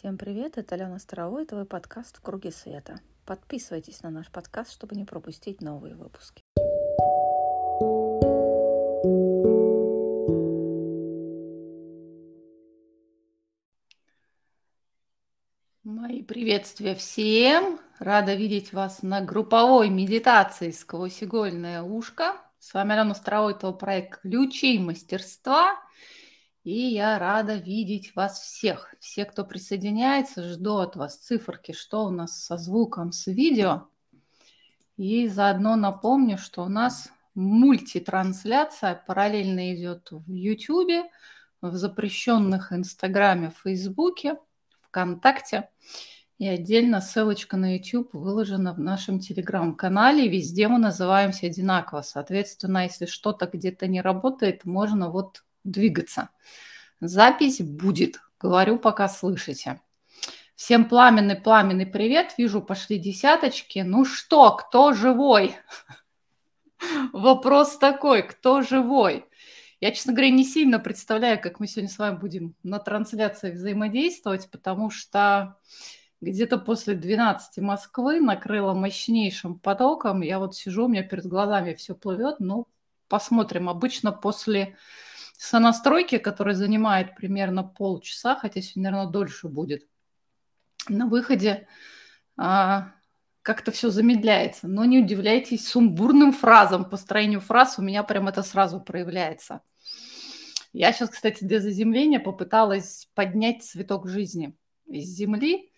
Всем привет, это Алена Старовой, это твой подкаст «В круге света». Подписывайтесь на наш подкаст, чтобы не пропустить новые выпуски. Мои приветствия всем! Рада видеть вас на групповой медитации «Сквозь игольное ушко». С вами Алена Старовой, это проект «Ключи мастерства». И я рада видеть вас всех. Все, кто присоединяется, жду от вас циферки, что у нас со звуком, с видео. И заодно напомню, что у нас мультитрансляция параллельно идет в YouTube, в запрещенных Инстаграме, Фейсбуке, ВКонтакте. И отдельно ссылочка на YouTube выложена в нашем Телеграм-канале. Везде мы называемся одинаково. Соответственно, если что-то где-то не работает, можно вот двигаться. Запись будет. Говорю, пока слышите. Всем пламенный привет. Вижу, пошли десяточки. Ну что, кто живой? Вопрос такой, кто живой? Я, честно говоря, не сильно представляю, как мы сегодня с вами будем на трансляции взаимодействовать, потому что где-то после 12 Москвы накрыло мощнейшим потоком. Я вот сижу, у меня перед глазами все плывет. Ну, посмотрим. Обычно после сонастройки, которая занимает примерно полчаса, хотя сегодня, наверное, дольше будет, на выходе как-то все замедляется. Но не удивляйтесь сумбурным фразам. По строению фраз у меня прям это сразу проявляется. Я сейчас, кстати, для заземления попыталась поднять цветок жизни из земли.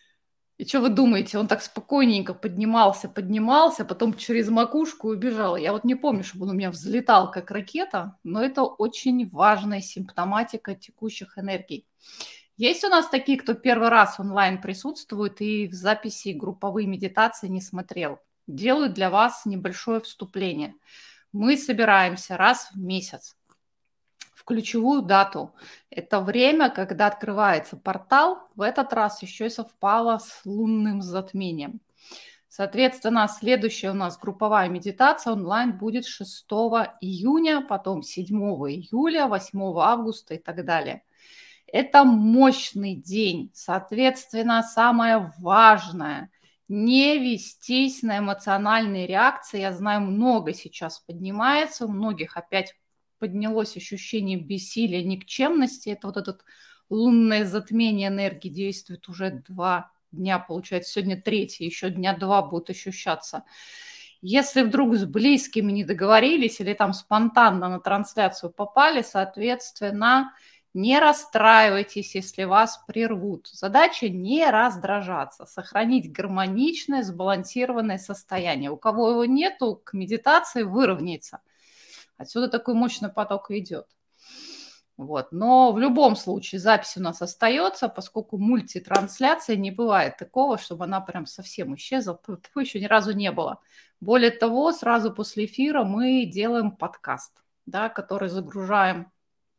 И что вы думаете? Он так спокойненько поднимался, потом через макушку убежал. Я вот не помню, чтобы он у меня взлетал как ракета, но это очень важная симптоматика текущих энергий. Есть у нас такие, кто первый раз онлайн присутствует и в записи групповые медитации не смотрел. Делаю для вас небольшое вступление. Мы собираемся раз в месяц в ключевую дату. Это время, когда открывается портал. В этот раз еще и совпало с лунным затмением. Соответственно, следующая у нас групповая медитация онлайн будет 6 июня, потом 7 июля, 8 августа и так далее. Это мощный день. Соответственно, самое важное – не вестись на эмоциональные реакции. Я знаю, много сейчас поднимается, у многих опять поднялось ощущение бессилия, никчемности. Это вот этот лунное затмение энергии действует уже 2 дня, получается, сегодня 3, еще дня 2 будет ощущаться. Если вдруг с близкими не договорились или там спонтанно на трансляцию попали, соответственно, не расстраивайтесь, если вас прервут. Задача не раздражаться, сохранить гармоничное, сбалансированное состояние. У кого его нету, к медитации выровняется. Отсюда такой мощный поток идет. Вот. Но в любом случае запись у нас остается, поскольку мультитрансляция, не бывает такого, чтобы она прям совсем исчезла. Такого еще ни разу не было. Более того, сразу после эфира мы делаем подкаст, да, который загружаем.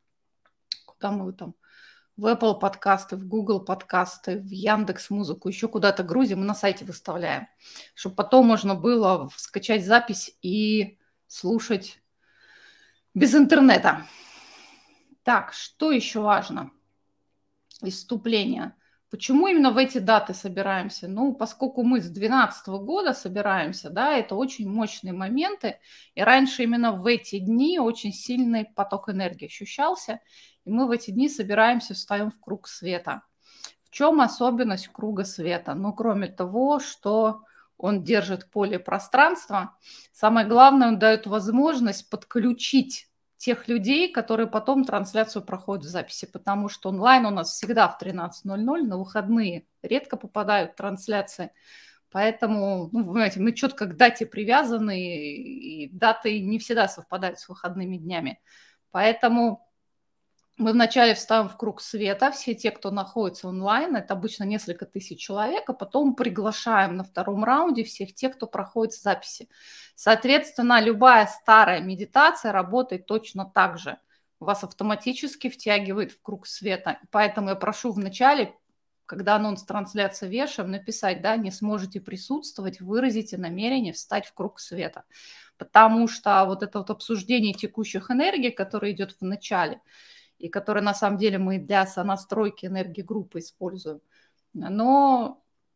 Куда мы там? В Apple подкасты, в Google подкасты, в Яндекс.Музыку, еще куда-то грузим и на сайте выставляем, чтобы потом можно было скачать запись и слушать без интернета. Так, что еще важно из вступления? Почему именно в эти даты собираемся? Ну, поскольку мы с 2012 года собираемся, да, это очень мощные моменты, и раньше именно в эти дни очень сильный поток энергии ощущался, и мы в эти дни собираемся, встаем в круг света. В чем особенность круга света? Ну, кроме того, что он держит поле пространства, самое главное, он дает возможность подключить тех людей, которые потом трансляцию проходят в записи, потому что онлайн у нас всегда в 13:00, на выходные редко попадают трансляции. Поэтому, ну, вы понимаете, мы четко к дате привязаны, и даты не всегда совпадают с выходными днями. Поэтому мы вначале вставим в круг света, все те, кто находится онлайн, это обычно несколько тысяч человек, а потом приглашаем на втором раунде всех тех, кто проходит записи. Соответственно, любая старая медитация работает точно так же. Вас автоматически втягивает в круг света. Поэтому я прошу вначале, когда анонс трансляции вешаем, написать, да, не сможете присутствовать, выразите намерение встать в круг света. Потому что вот это вот обсуждение текущих энергий, которое идет в начале, и который на самом деле мы для сонастройки энергии группы используем, оно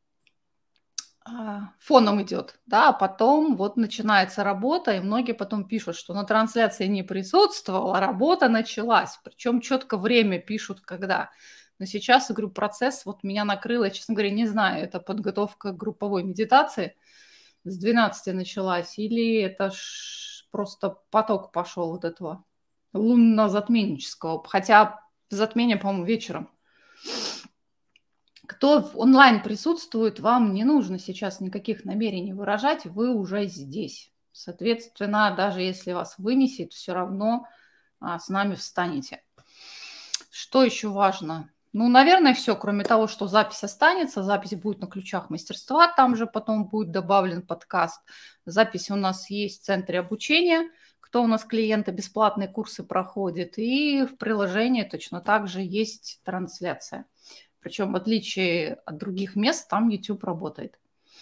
фоном идет, да, а потом вот начинается работа, и многие потом пишут, что на трансляции не присутствовал, а работа началась, причем четко время пишут, когда. Но сейчас, я говорю, процесс вот меня накрыло, я, честно говоря, не знаю, это подготовка к групповой медитации с 12 началась, или это просто поток пошел вот этого лунно-затменнического, хотя затмение, по-моему, вечером. Кто в онлайн присутствует, вам не нужно сейчас никаких намерений выражать, вы уже здесь. Соответственно, даже если вас вынесет, все равно с нами встанете. Что еще важно? Ну, наверное, все, кроме того, что запись останется, запись будет на ключах мастерства, там же потом будет добавлен подкаст. Запись у нас есть в центре обучения, кто у нас клиенты, бесплатные курсы проходит, и в приложении точно так же есть трансляция. Причем в отличие от других мест, там YouTube работает.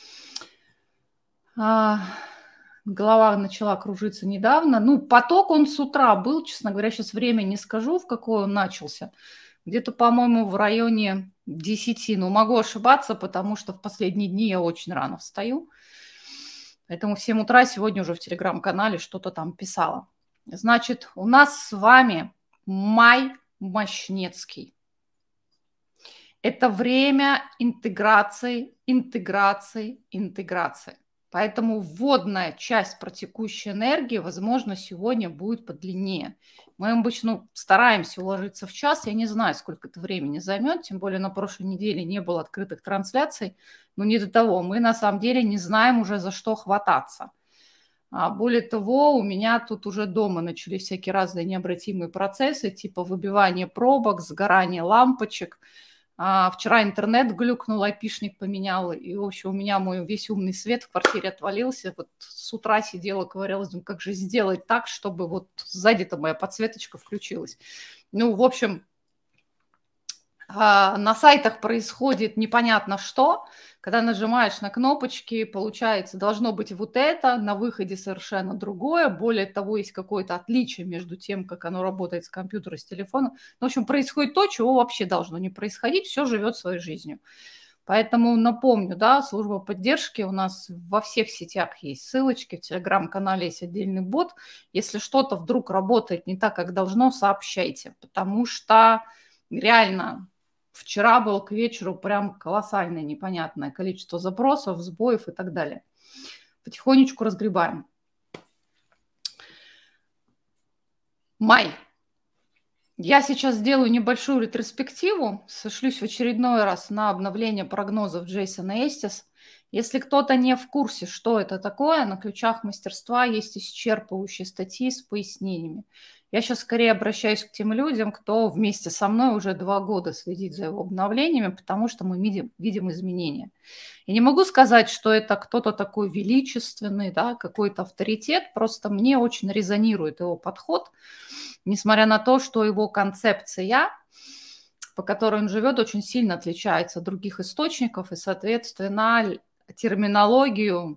Голова начала кружиться недавно. Ну, поток он с утра был, честно говоря, сейчас время не скажу, в какой он начался. Где-то, по-моему, в районе 10. Ну, могу ошибаться, потому что в последние дни я очень рано встаю. Поэтому в 7 утра сегодня уже в телеграм-канале что-то там писала. Значит, у нас с вами май мощнецкий. Это время интеграции. Поэтому вводная часть про текущей энергии, возможно, сегодня будет подлиннее. Мы обычно стараемся уложиться в час. Я не знаю, сколько это времени займет. Тем более на прошлой неделе не было открытых трансляций. Но не до того. Мы на самом деле не знаем уже, за что хвататься. Более того, у меня тут уже дома начались всякие разные необратимые процессы, типа выбивания пробок, сгорания лампочек. Вчера интернет глюкнул, айпишник поменял, и, в общем, у меня мой весь умный свет в квартире отвалился. Вот с утра сидела, ковырялась, думаю, как же сделать так, чтобы вот сзади-то моя подсветочка включилась. Ну, в общем, на сайтах происходит непонятно что. Когда нажимаешь на кнопочки, получается, должно быть вот это, на выходе совершенно другое. Более того, есть какое-то отличие между тем, как оно работает с компьютером, с телефоном. В общем, происходит то, чего вообще должно не происходить, все живет своей жизнью. Поэтому напомню, да, служба поддержки у нас во всех сетях есть ссылочки, в телеграм-канале есть отдельный бот. Если что-то вдруг работает не так, как должно, сообщайте, потому что реально вчера было к вечеру прям колоссальное непонятное количество запросов, сбоев и так далее. Потихонечку разгребаем. Май. Я сейчас сделаю небольшую ретроспективу, сошлюсь в очередной раз на обновление прогнозов Джейсона Эстис. Если кто-то не в курсе, что это такое, на ключах мастерства есть исчерпывающие статьи с пояснениями. Я сейчас скорее обращаюсь к тем людям, кто вместе со мной уже 2 года следит за его обновлениями, потому что мы видим изменения. Я не могу сказать, что это кто-то такой величественный, да, какой-то авторитет, просто мне очень резонирует его подход, несмотря на то, что его концепция, по которой он живет, очень сильно отличается от других источников, и, соответственно, терминологию,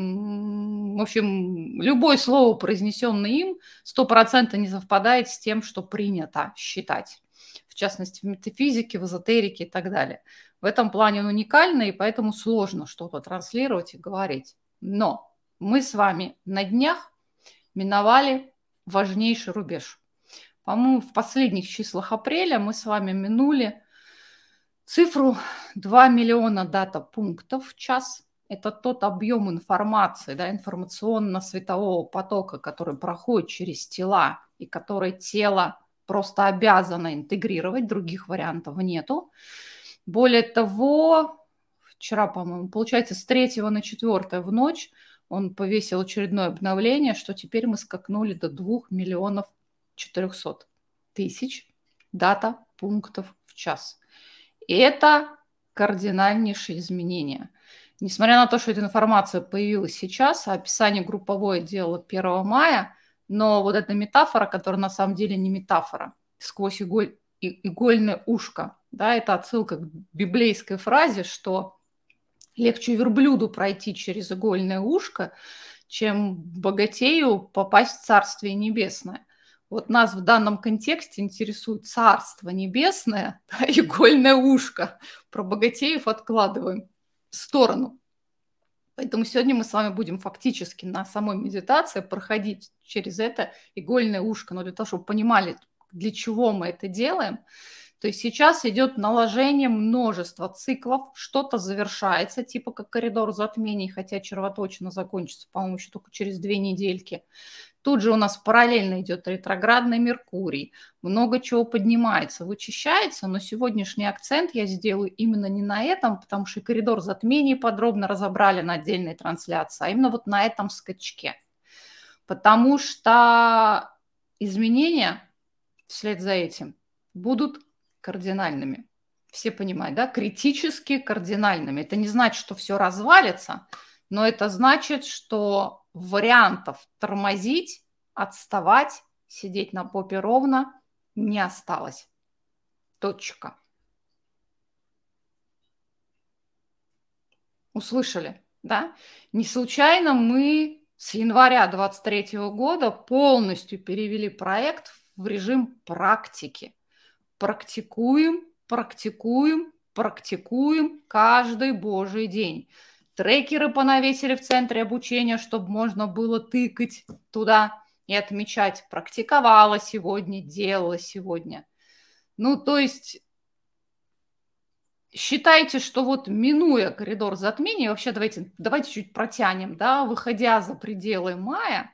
в общем, любое слово, произнесенное им, 100% не совпадает с тем, что принято считать. В частности, в метафизике, в эзотерике и так далее. В этом плане он уникальный, и поэтому сложно что-то транслировать и говорить. Но мы с вами на днях миновали важнейший рубеж. По-моему, в последних числах апреля мы с вами минули цифру 2 миллиона дата-пунктов в час. Это тот объем информации, да, информационно-светового потока, который проходит через тела и который тело просто обязано интегрировать, других вариантов нету. Более того, вчера, по-моему, получается, с 3 на 4 в ночь он повесил очередное обновление, что теперь мы скакнули до 2 миллионов 400 тысяч дата-пунктов в час. И это кардинальнейшие изменения. Несмотря на то, что эта информация появилась сейчас, а описание групповое делало 1 мая, но вот эта метафора, которая на самом деле не метафора, сквозь игольное ушко, да, это отсылка к библейской фразе, что легче верблюду пройти через игольное ушко, чем богатею попасть в Царствие Небесное. Вот нас в данном контексте интересует Царство Небесное, да, игольное ушко. Про богатеев откладываем в сторону. Поэтому сегодня мы с вами будем фактически на самой медитации проходить через это игольное ушко, но для того, чтобы понимали, для чего мы это делаем. То есть сейчас идет наложение множества циклов, что-то завершается, типа как коридор затмений, хотя червоточина закончится, по-моему, еще только через 2 недельки. Тут же у нас параллельно идет ретроградный Меркурий. Много чего поднимается, вычищается, но сегодняшний акцент я сделаю именно не на этом, потому что коридор затмений подробно разобрали на отдельной трансляции, а именно вот на этом скачке. Потому что изменения вслед за этим будут кардинальными. Все понимают, да? Критически кардинальными. Это не значит, что все развалится, но это значит, что вариантов тормозить, отставать, сидеть на попе ровно не осталось. Точка. Услышали, да? Не случайно мы с января 2023 года полностью перевели проект в режим практики. Практикуем, практикуем, практикуем каждый божий день. Трекеры понавесили в центре обучения, чтобы можно было тыкать туда и отмечать. Практиковала сегодня, делала сегодня. Ну, то есть считайте, что вот минуя коридор затмений, вообще давайте чуть протянем, да, выходя за пределы мая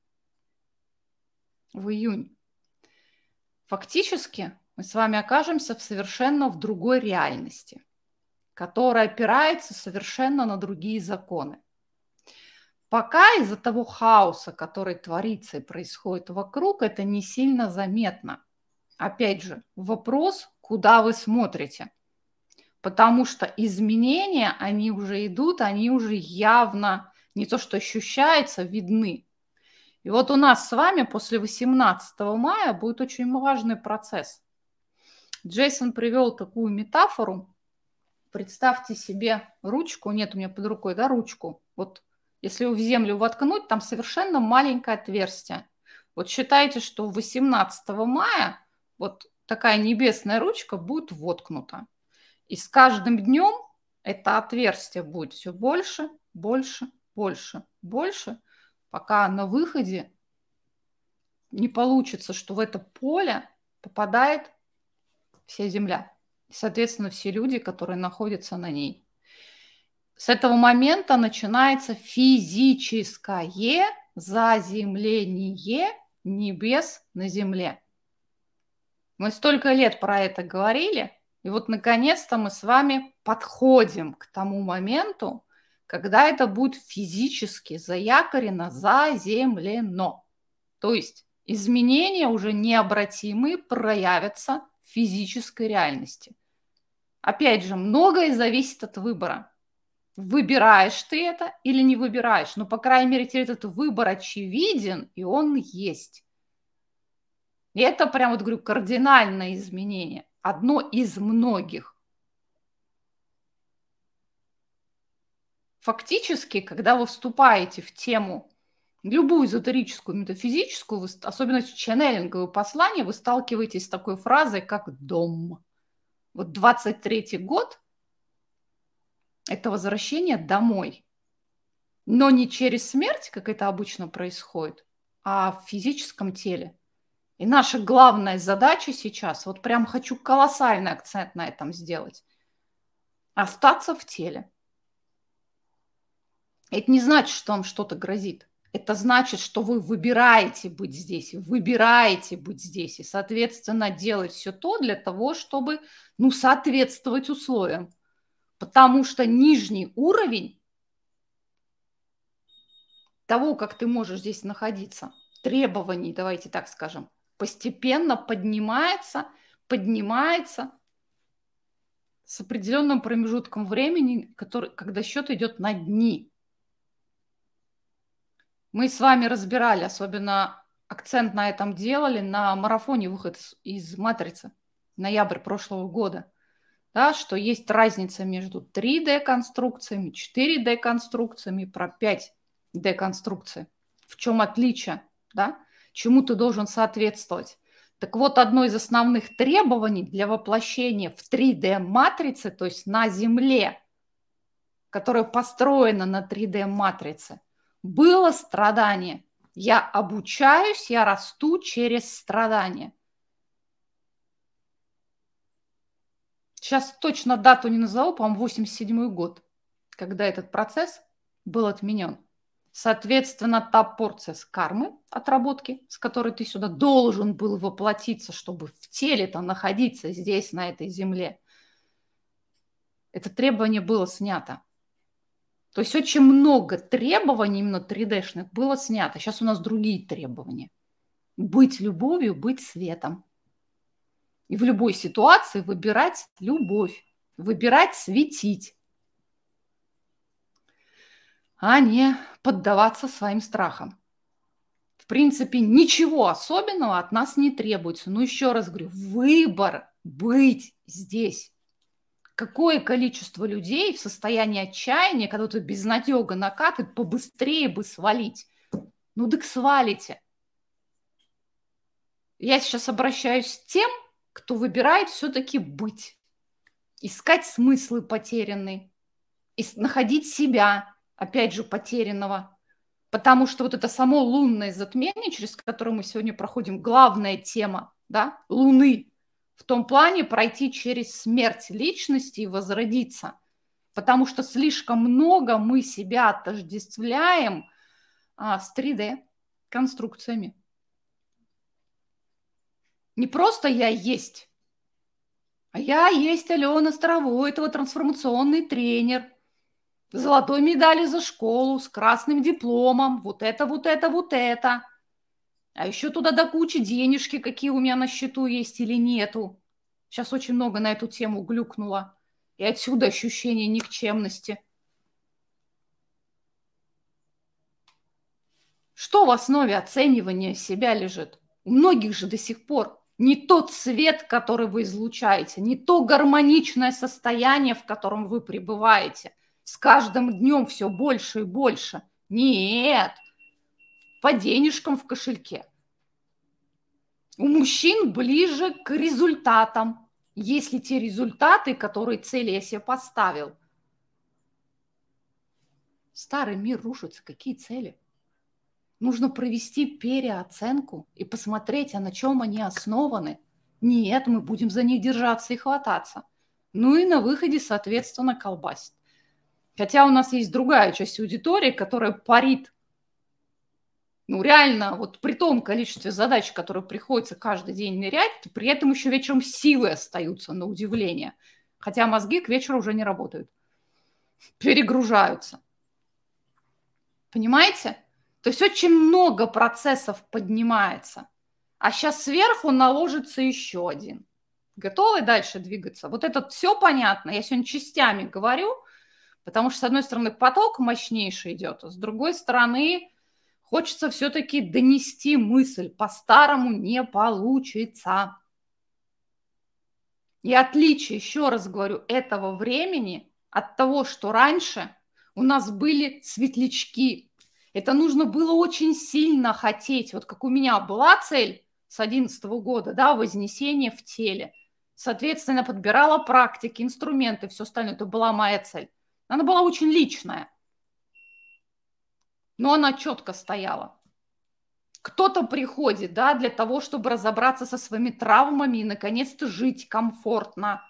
в июнь, фактически мы с вами окажемся совершенно в другой реальности, которая опирается совершенно на другие законы. Пока из-за того хаоса, который творится и происходит вокруг, это не сильно заметно. Опять же, вопрос, куда вы смотрите. Потому что изменения, они уже идут, они уже явно не то что ощущаются, видны. И вот у нас с вами после 18 мая будет очень важный процесс. Джейсон привел такую метафору. Представьте себе ручку, нет у меня под рукой, да, ручку. Вот если в землю воткнуть, там совершенно маленькое отверстие. Вот считайте, что 18 мая вот такая небесная ручка будет воткнута. И с каждым днем это отверстие будет все больше, больше, больше, больше, пока на выходе не получится, что в это поле попадает вся Земля. И, соответственно, все люди, которые находятся на ней. С этого момента начинается физическое заземление небес на Земле. Мы столько лет про это говорили, и вот наконец-то мы с вами подходим к тому моменту, когда это будет физически заякорено, заземлено. То есть изменения уже необратимые проявятся в физической реальности. Опять же, многое зависит от выбора. Выбираешь ты это или не выбираешь. Но, по крайней мере, теперь этот выбор очевиден, и он есть. И это прям, вот говорю, кардинальное изменение. Одно из многих. Фактически, когда вы вступаете в тему любую эзотерическую, метафизическую, особенно ченнелинговое послание, вы сталкиваетесь с такой фразой, как «дом». Вот 23-й год – это возвращение домой. Но не через смерть, как это обычно происходит, а в физическом теле. И наша главная задача сейчас, вот прям хочу колоссальный акцент на этом сделать, остаться в теле. Это не значит, что вам что-то грозит. Это значит, что вы выбираете быть здесь, выбираете быть здесь и, соответственно, делать все то для того, чтобы, соответствовать условиям. Потому что нижний уровень того, как ты можешь здесь находиться, требований, давайте так скажем, постепенно поднимается с определенным промежутком времени, когда счет идет на дни. Мы с вами разбирали, особенно акцент на этом делали на марафоне «Выход из матрицы», ноябрь прошлого года, да, что есть разница между 3D-конструкциями, 4D-конструкциями, про 5D-конструкции. В чем отличие? Да? чему ты должен соответствовать. Так вот, одно из основных требований для воплощения в 3D-матрице, то есть на Земле, которая построена на 3D-матрице, было страдание. Я обучаюсь, я расту через страдания. Сейчас точно дату не назову, по-моему, 87 год, когда этот процесс был отменен. Соответственно, та порция с кармы, отработки, с которой ты сюда должен был воплотиться, чтобы в теле-то находиться здесь, на этой земле, это требование было снято. То есть очень много требований именно 3D-шных было снято. Сейчас у нас другие требования. Быть любовью, быть светом. И в любой ситуации выбирать любовь, выбирать светить, а не поддаваться своим страхам. В принципе, ничего особенного от нас не требуется. Но еще раз говорю, выбор быть здесь. Какое количество людей в состоянии отчаяния, когда вот безнадега накатывает, побыстрее бы свалить. Ну так свалите. Я сейчас обращаюсь к тем, кто выбирает все-таки быть. Искать смыслы потерянные. И находить себя, опять же, потерянного. Потому что вот это само лунное затмение, через которое мы сегодня проходим, главная тема, да, Луны, в том плане пройти через смерть личности и возродиться. Потому что слишком много мы себя отождествляем с 3D-конструкциями. Не просто я есть, а я есть Алена Старовойтова, трансформационный тренер, золотой медали за школу, с красным дипломом, вот это, вот это, вот это. А еще туда до кучи денежки, какие у меня на счету есть или нету. Сейчас очень много на эту тему глюкнуло. И отсюда ощущение никчемности. Что в основе оценивания себя лежит? У многих же до сих пор не тот свет, который вы излучаете, не то гармоничное состояние, в котором вы пребываете. С каждым днем все больше и больше. Нет, по денежкам в кошельке. У мужчин ближе к результатам, если те результаты, которые цели я себе поставил. Старый мир рушится. Какие цели? Нужно провести переоценку и посмотреть, а на чем они основаны. Нет, мы будем за них держаться и хвататься. Ну и на выходе, соответственно, колбасит. Хотя у нас есть другая часть аудитории, которая парит. Ну, реально, вот при том количестве задач, которые приходится каждый день нырять, при этом еще вечером силы остаются, на удивление. Хотя мозги к вечеру уже не работают. Перегружаются. Понимаете? То есть очень много процессов поднимается. А сейчас сверху наложится еще один. Готовы дальше двигаться? Вот это все понятно. Я сегодня частями говорю, потому что, с одной стороны, поток мощнейший идет, а с другой стороны, хочется все-таки донести мысль. По-старому не получится. И отличие, еще раз говорю, этого времени от того, что раньше у нас были светлячки. Это нужно было очень сильно хотеть. Вот как у меня была цель с 2011 года, да, вознесение в теле. Соответственно, подбирала практики, инструменты, все остальное. Это была моя цель. Она была очень личная. Но она четко стояла. Кто-то приходит, да, для того, чтобы разобраться со своими травмами и, наконец-то, жить комфортно.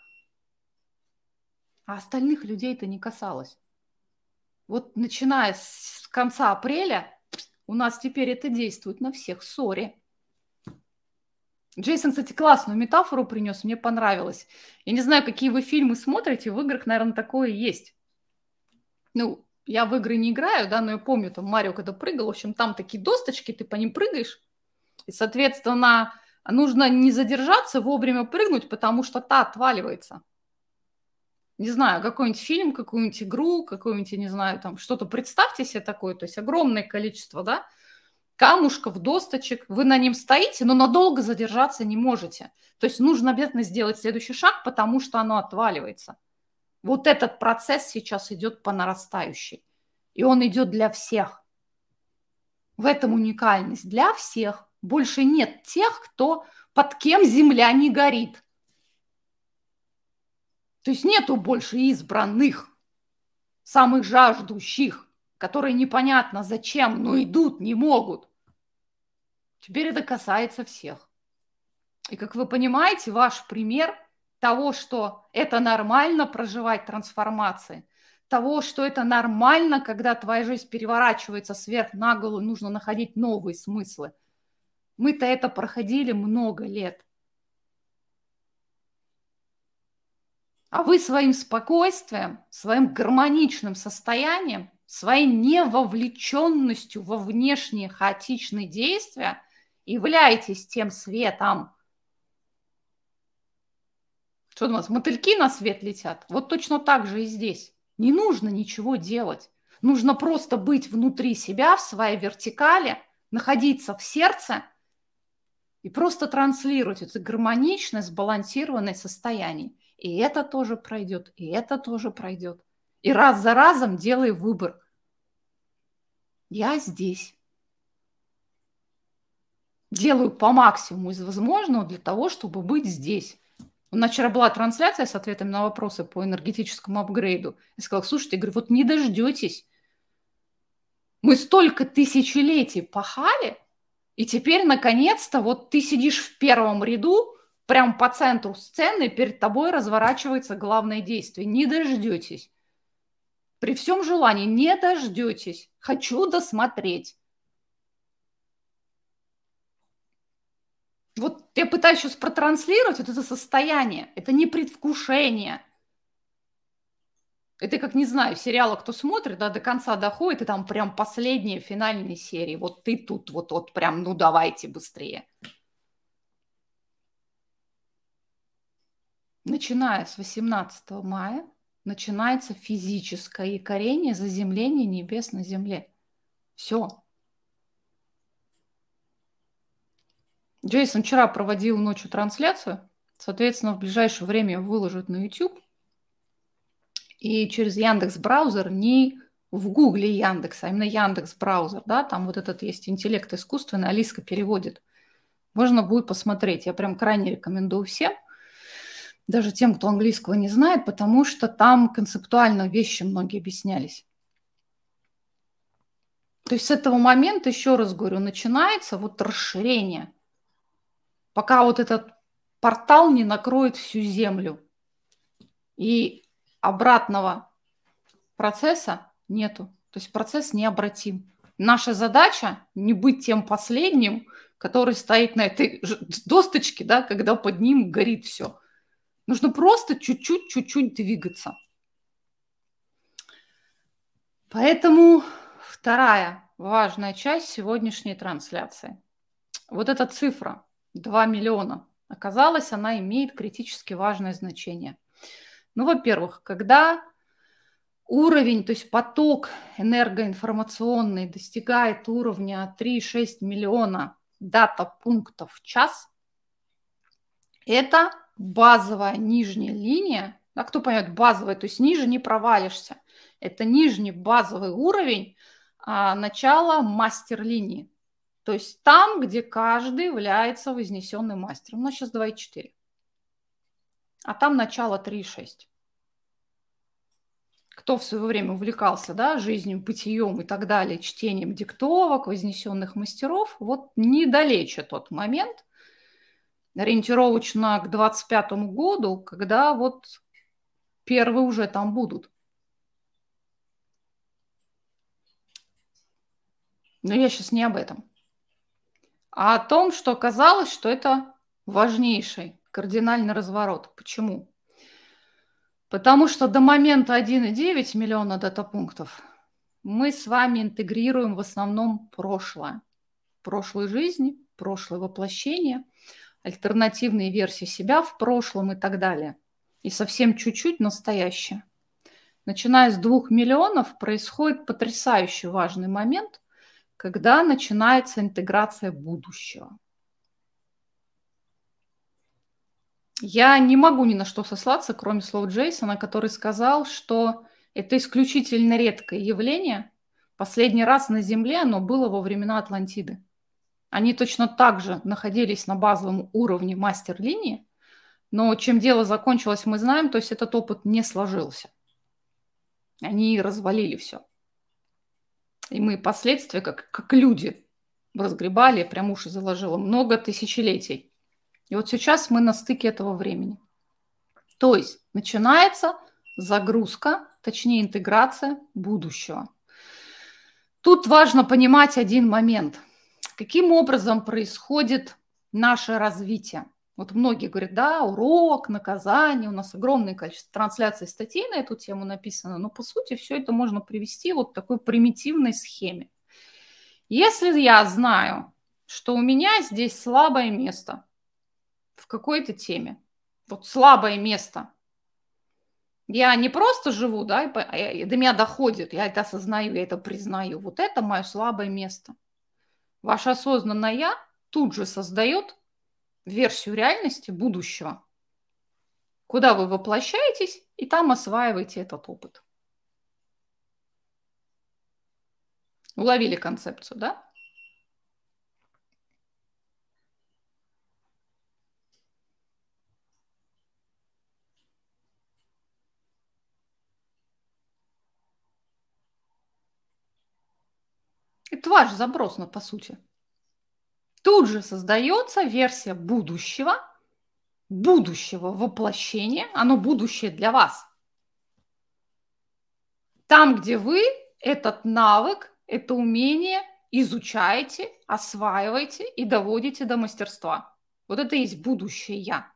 А остальных людей это не касалось. Вот начиная с конца апреля у нас теперь это действует на всех. Сори. Джейсон, кстати, классную метафору принес, мне понравилось. Я не знаю, какие вы фильмы смотрите, в играх, наверное, такое есть. Ну, я в игры не играю, да, но я помню, там Марио когда прыгал, в общем, там такие досточки, ты по ним прыгаешь, и, соответственно, нужно не задержаться, вовремя прыгнуть, потому что та отваливается. Не знаю, какой-нибудь фильм, какую-нибудь игру, какую-нибудь, не знаю, там что-то представьте себе такое, то есть огромное количество, да, камушков, досточек, вы на нем стоите, но надолго задержаться не можете. То есть нужно обязательно сделать следующий шаг, потому что оно отваливается. Вот этот процесс сейчас идет по нарастающей. И он идет для всех. В этом уникальность. Для всех. Больше нет тех, под кем земля не горит. То есть нету больше избранных, самых жаждущих, которые непонятно зачем, но идут, не могут. Теперь это касается всех. И как вы понимаете, ваш пример того, что это нормально проживать трансформации, того, что это нормально, когда твоя жизнь переворачивается сверх на голову, нужно находить новые смыслы. Мы-то это проходили много лет. А вы своим спокойствием, своим гармоничным состоянием, своей невовлеченностью во внешние хаотичные действия являетесь тем светом. Что у нас, мотыльки на свет летят? Вот точно так же и здесь. Не нужно ничего делать. Нужно просто быть внутри себя, в своей вертикали, находиться в сердце и просто транслировать это гармоничное, сбалансированное состояние. И это тоже пройдет, и это тоже пройдет. И раз за разом делай выбор. Я здесь. Делаю по максимуму из возможного для того, чтобы быть здесь. У нас вчера была трансляция с ответами на вопросы по энергетическому апгрейду. Я сказала, слушайте, я говорю, вот не дождетесь. Мы столько тысячелетий пахали, и теперь, наконец-то, вот ты сидишь в первом ряду, прям по центру сцены, перед тобой разворачивается главное действие. Не дождетесь. При всем желании не дождетесь. Хочу досмотреть. Вот я пытаюсь сейчас протранслировать вот это состояние. Это не предвкушение. Это как, не знаю, сериалы кто смотрит, да, до конца доходит, и там прям последние финальные серии. Вот ты тут вот прям, ну давайте быстрее. Начиная с 18 мая начинается физическое якорение, заземление небес на земле. Все. Джейсон вчера проводил ночью трансляцию. Соответственно, в ближайшее время выложат на YouTube. И через Яндекс.Браузер, не в Гугле Яндекс, а именно Яндекс.Браузер, да, там вот этот есть интеллект искусственный, Алиска переводит. Можно будет посмотреть. Я прям крайне рекомендую всем, даже тем, кто английского не знает, потому что там концептуально вещи многие объяснялись. То есть с этого момента, еще раз говорю, начинается вот расширение, пока вот этот портал не накроет всю землю. И обратного процесса нету. То есть процесс необратим. Наша задача не быть тем последним, который стоит на этой досточке, да, когда под ним горит все. Нужно просто чуть-чуть двигаться. Поэтому вторая важная часть сегодняшней трансляции. Вот эта цифра 2 миллиона. Оказалось, она имеет критически важное значение. Ну, во-первых, когда уровень, то есть поток энергоинформационный достигает уровня 3,6 миллиона дата-пунктов в час, это базовая нижняя линия. Да, кто поймет, базовая, то есть ниже не провалишься. Это нижний базовый уровень начала мастер-линии. То есть там, где каждый является вознесенным мастером. У нас сейчас 2,4. А там начало 3,6. Кто в свое время увлекался, да, жизнью, бытием и так далее, чтением диктовок, вознесенных мастеров, вот недалече тот момент, ориентировочно к 2025 году, когда вот первые уже там будут. Но я сейчас не об этом. А о том, что оказалось, что это важнейший кардинальный разворот. Почему? Потому что до момента 1,9 миллиона дата-пунктов мы с вами интегрируем в основном прошлое. Прошлой жизни, прошлое воплощение, альтернативные версии себя в прошлом и так далее. И совсем чуть-чуть настоящее. Начиная с 2 миллионов происходит потрясающе важный момент, когда начинается интеграция будущего. Я не могу ни на что сослаться, кроме слов Джейсона, который сказал, что это исключительно редкое явление. Последний раз на Земле оно было во времена Атлантиды. Они точно так же находились на базовом уровне мастер-линии, но чем дело закончилось, мы знаем, то есть этот опыт не сложился. Они развалили все. И мы последствия, как люди, разгребали, прям уши заложило, много тысячелетий. И вот сейчас мы на стыке этого времени. То есть начинается загрузка, точнее интеграция будущего. Тут важно понимать один момент. Каким образом происходит наше развитие? Вот многие говорят, да, урок, наказание, у нас огромное количество трансляций статей на эту тему написано, но по сути все это можно привести вот к такой примитивной схеме. Если я знаю, что у меня здесь слабое место в какой-то теме, вот слабое место, я не просто живу, да, и до меня доходит, я это осознаю, я это признаю, вот это мое слабое место. Ваше осознанное «я» тут же создает версию реальности будущего, куда вы воплощаетесь и там осваиваете этот опыт. Уловили концепцию, да? Это ваш заброс, по сути. Тут же создается версия будущего воплощения, оно будущее для вас. Там, где вы этот навык, это умение изучаете, осваиваете и доводите до мастерства. Вот это и есть будущее я.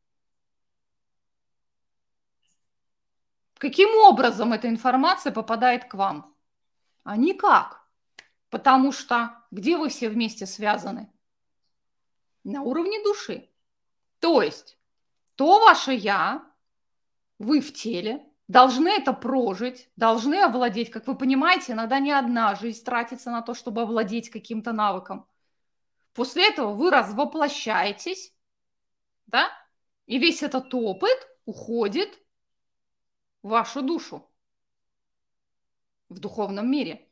Каким образом эта информация попадает к вам? А никак. Потому что где вы все вместе связаны? На уровне души. То есть то ваше я, вы в теле, должны это прожить, должны овладеть. Как вы понимаете, иногда не одна жизнь тратится на то, чтобы овладеть каким-то навыком. После этого вы развоплощаетесь, да, и весь этот опыт уходит в вашу душу в духовном мире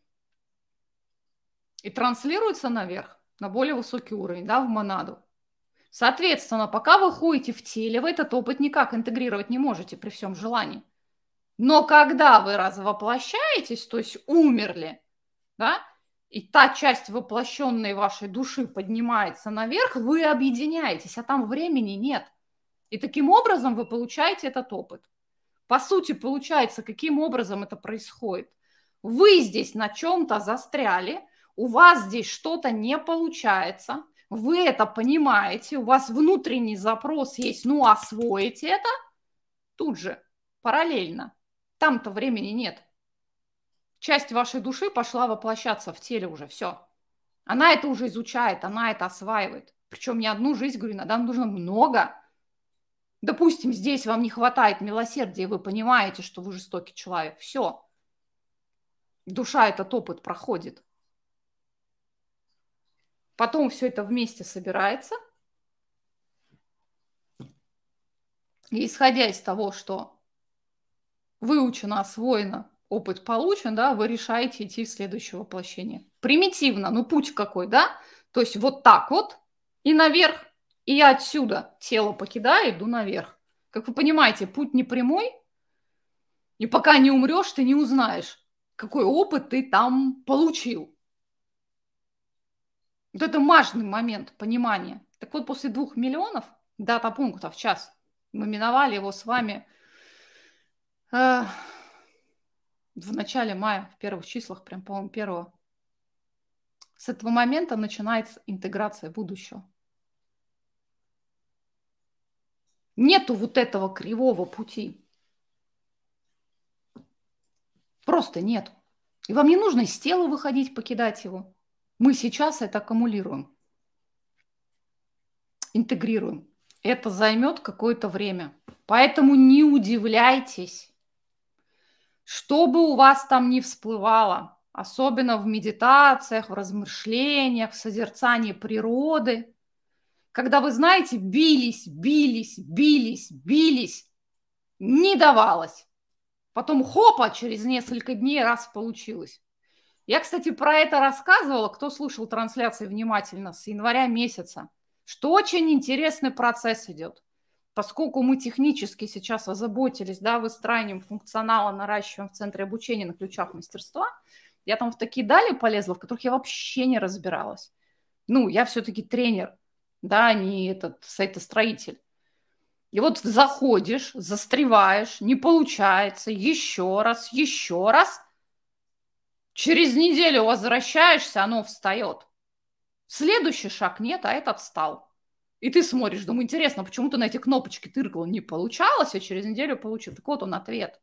и транслируется наверх, на более высокий уровень, да, в монаду. Соответственно, пока вы ходите в теле, вы этот опыт никак интегрировать не можете при всем желании. Но когда вы развоплощаетесь, то есть умерли, да, и та часть воплощенной вашей души поднимается наверх, вы объединяетесь, а там времени нет. И таким образом вы получаете этот опыт. По сути, получается, каким образом это происходит? Вы здесь на чем-то застряли, у вас здесь что-то не получается, вы это понимаете, у вас внутренний запрос есть, ну, освоите это тут же, параллельно. Там-то времени нет. Часть вашей души пошла воплощаться в теле уже, все. Она это уже изучает, она это осваивает. Причем не одну жизнь, говорю, иногда нужно много. Допустим, здесь вам не хватает милосердия, вы понимаете, что вы жестокий человек. Все. Душа этот опыт проходит. Потом все это вместе собирается. И исходя из того, что выучено, освоено, опыт получен, да, вы решаете идти в следующее воплощение. Примитивно, ну путь какой, да? То есть вот так вот и наверх. И я отсюда тело покидаю, иду наверх. Как вы понимаете, путь не прямой, и пока не умрешь, ты не узнаешь, какой опыт ты там получил. Вот это важный момент понимания. Так вот, после 2 миллионов дата-пунктов в час мы миновали его с вами в начале мая, в первых числах, прям, по-моему, 1. С этого момента начинается интеграция будущего. Нету вот этого кривого пути. Просто нет. И вам не нужно из тела выходить, покидать его. Мы сейчас это аккумулируем, интегрируем. Это займет какое-то время. Поэтому не удивляйтесь, что бы у вас там ни всплывало, особенно в медитациях, в размышлениях, в созерцании природы, когда вы, знаете, бились, не давалось. Потом хопа, через несколько дней раз получилось. Я, кстати, про это рассказывала, кто слушал трансляции внимательно, с января месяца, что очень интересный процесс идет. Поскольку мы технически сейчас озаботились, да, выстраиванием функционала, наращиваем в центре обучения на ключах мастерства, я там в такие дали полезла, в которых я вообще не разбиралась. Ну, я все-таки тренер, да, не этот сайтостроитель. И вот заходишь, застреваешь, не получается, еще раз. Через неделю возвращаешься, оно встает. Следующий шаг нет, а этот встал. И ты смотришь, думаю, интересно, почему ты на эти кнопочки тыркал? Не получалось, а через неделю получил. Так вот он ответ.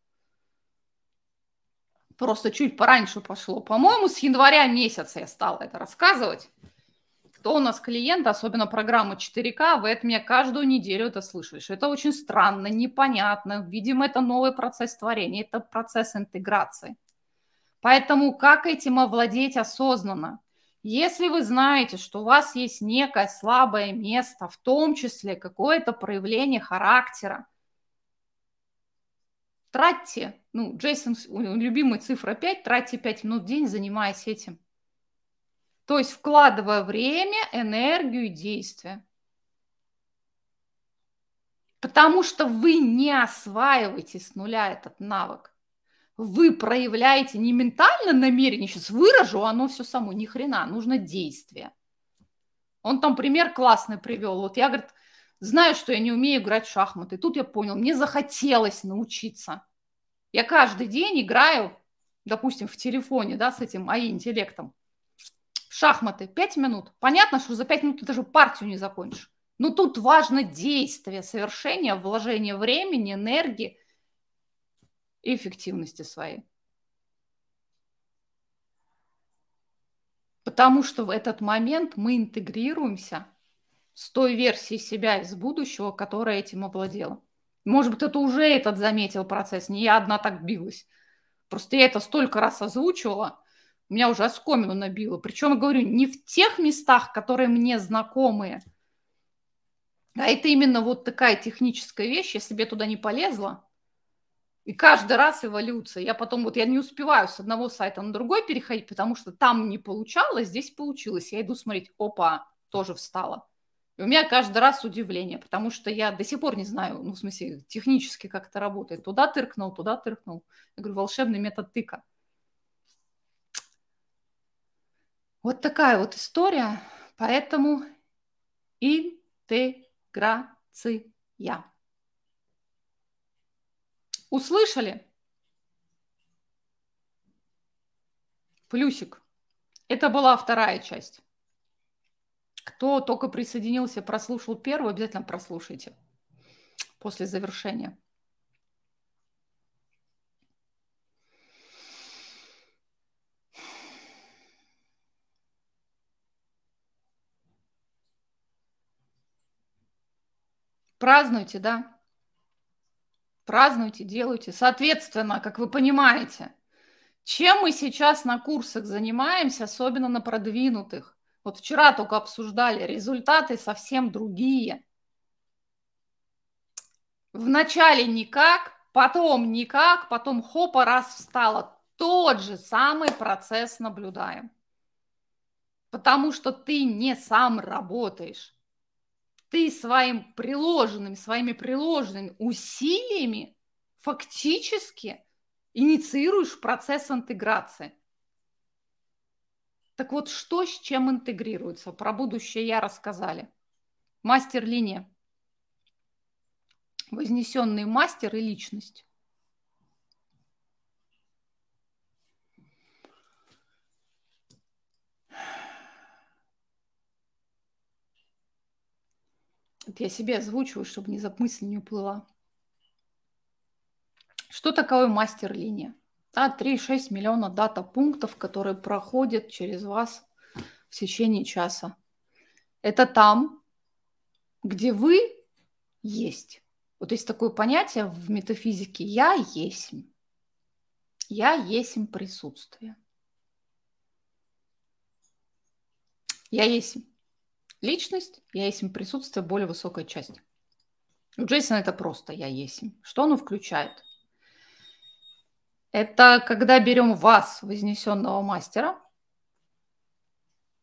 Просто чуть пораньше пошло. По-моему, с января месяца я стала это рассказывать. Кто у нас клиент, особенно программа 4К, вы от меня каждую неделю это слышали. Это очень странно, непонятно. Видимо, это новый процесс творения, это процесс интеграции. Поэтому как этим овладеть осознанно? Если вы знаете, что у вас есть некое слабое место, в том числе какое-то проявление характера, тратьте, Джейсон, любимая цифра 5, тратьте 5 минут в день, занимаясь этим. То есть вкладывая время, энергию и действие. Потому что вы не осваиваете с нуля этот навык. Вы проявляете не ментально намерение, сейчас выражу, оно все само, ни хрена, нужно действие. Он там пример классный привел. Вот я, говорит, знаю, что я не умею играть в шахматы. Тут я понял, мне захотелось научиться. Я каждый день играю, допустим, в телефоне, да, с этим AI-интеллектом. В шахматы 5 минут. Понятно, что за 5 минут ты даже партию не закончишь. Но тут важно действие, совершение, вложение времени, энергии и эффективности своей. Потому что в этот момент мы интегрируемся с той версией себя из будущего, которая этим овладела. Может быть, кто-то уже этот заметил процесс, не я одна так билась. Просто я это столько раз озвучивала, меня уже оскомину набило. Причем, я говорю, не в тех местах, которые мне знакомые, а это именно вот такая техническая вещь, если бы я туда не полезла. И каждый раз эволюция. Я не успеваю с одного сайта на другой переходить, потому что там не получалось, здесь получилось. Я иду смотреть, опа, тоже встала. И у меня каждый раз удивление, потому что я до сих пор не знаю, в смысле, технически как это работает. Туда тыркнул, туда тыркнул. Я говорю, волшебный метод тыка. Вот такая вот история. Поэтому интеграция. Услышали? Плюсик. Это была вторая часть. Кто только присоединился, прослушал первую, обязательно прослушайте после завершения. Празднуйте, да? Празднуйте, делайте. Соответственно, как вы понимаете, чем мы сейчас на курсах занимаемся, особенно на продвинутых? Вот вчера только обсуждали, результаты совсем другие. Вначале никак, потом хопа, раз встала. Тот же самый процесс наблюдаем. Потому что ты не сам работаешь. Ты своими приложенными усилиями фактически инициируешь процесс интеграции. Так вот, что с чем интегрируется? Про будущее я рассказали. Мастер-линия. Вознесенный мастер и личность. Вот я себе озвучиваю, чтобы мысль не уплыла. Что такое мастер-линия? 3,6 миллиона дата-пунктов, которые проходят через вас в течение часа. Это там, где вы есть. Вот есть такое понятие в метафизике «я есмь». Я есмь присутствие. Я есмь личность, я есмь присутствие, более высокая часть. У Джейсона это просто «я есмь». Что оно включает? Это когда берем вас, вознесенного мастера,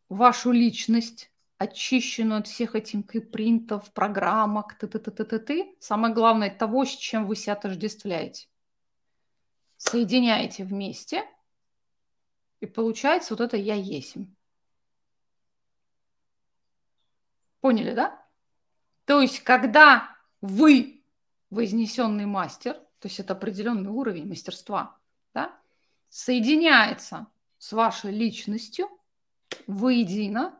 вашу личность, очищенную от всех этих принтов, программок, ты. Самое главное, того, с чем вы себя отождествляете. Соединяете вместе, и получается вот это «я есмь». Поняли, да? То есть, когда вы вознесенный мастер, то есть это определенный уровень мастерства, да, соединяется с вашей личностью воедино,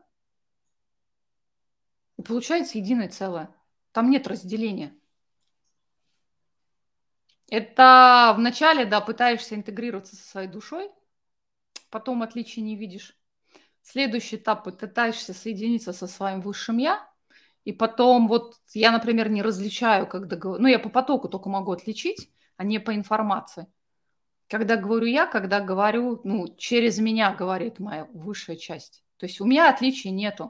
и получается единое целое. Там нет разделения. Это вначале, да, пытаешься интегрироваться со своей душой, потом отличий не видишь. Следующий этап, пытаешься соединиться со своим высшим «я», и потом вот я, например, не различаю, когда говорю, ну, я по потоку только могу отличить, а не по информации. Когда говорю я, когда говорю, ну, через меня говорит моя высшая часть. То есть у меня отличий нету.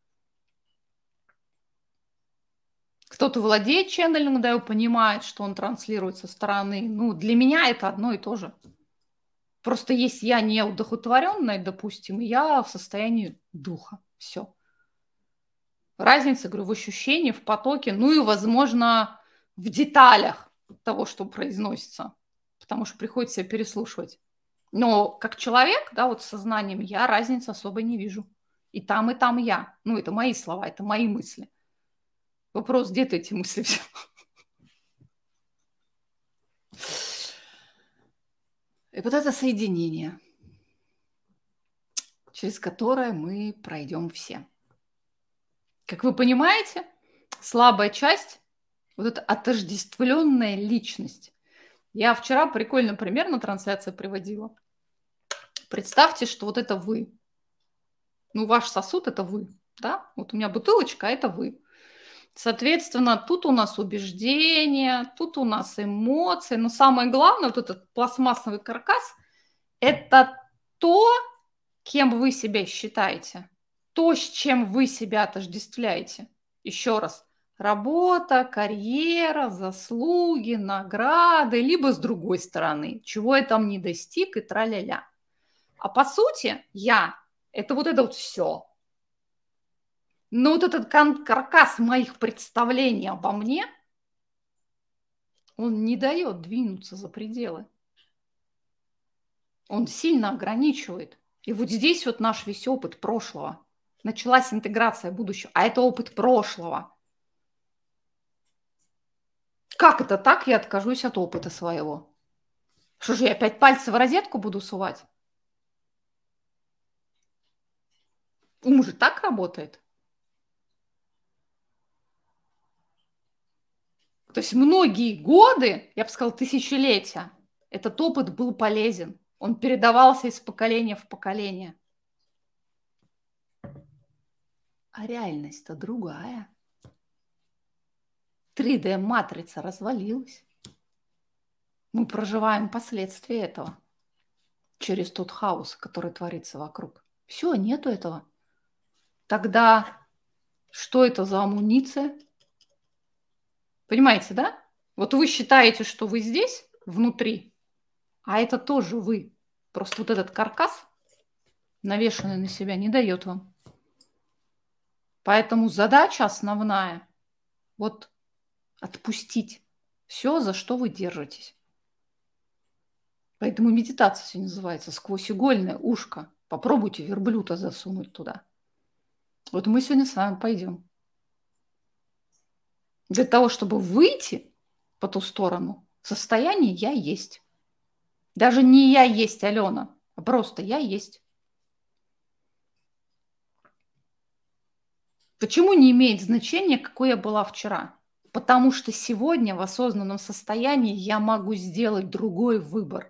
Кто-то владеет ченнелингом, да, и понимает, что он транслирует со стороны. Ну, для меня это одно и то же. Просто есть я неудохотворенная, допустим, и я в состоянии духа. Все. Разница, говорю, в ощущении, в потоке, ну и, возможно, в деталях того, что произносится. Потому что приходится переслушивать. Но как человек, да, вот с сознанием я разницы особо не вижу. И там я. Ну, это мои слова, это мои мысли. Вопрос, где ты эти мысли взял? И вот это соединение, через которое мы пройдем все. Как вы понимаете, слабая часть, вот эта отождествленная личность. Я вчера прикольный пример на трансляции приводила. Представьте, что вот это вы. Ну, ваш сосуд – это вы, да? Вот у меня бутылочка – это вы. Соответственно, тут у нас убеждения, тут у нас эмоции. Но самое главное, вот этот пластмассовый каркас – это то, кем вы себя считаете, то, с чем вы себя отождествляете. Еще раз. Работа, карьера, заслуги, награды, либо с другой стороны, чего я там не достиг и тра-ля-ля. А по сути, я – это вот все. Но вот этот каркас моих представлений обо мне, он не дает двинуться за пределы. Он сильно ограничивает. И вот здесь вот наш весь опыт прошлого. Началась интеграция будущего, а это опыт прошлого. Как это так я откажусь от опыта своего? Что же, я опять пальцы в розетку буду сувать? Ум же так работает. То есть многие годы, я бы сказала, тысячелетия, этот опыт был полезен. Он передавался из поколения в поколение. А реальность-то другая. 3D-матрица развалилась. Мы проживаем последствия этого через тот хаос, который творится вокруг. Все, нету этого. Тогда что это за амуниция? Понимаете, да? Вот вы считаете, что вы здесь, внутри, а это тоже вы. Просто вот этот каркас, навешанный на себя, не дает вам. Поэтому задача основная – вот отпустить все, за что вы держитесь. Поэтому медитация сегодня называется «Сквозь игольное ушко». Попробуйте верблюда засунуть туда. Вот мы сегодня с вами пойдем. Для того, чтобы выйти по ту сторону, состояние «я есть». Даже не «я есть Алена», а просто «я есть». Почему не имеет значения, какой я была вчера? Потому что сегодня в осознанном состоянии я могу сделать другой выбор.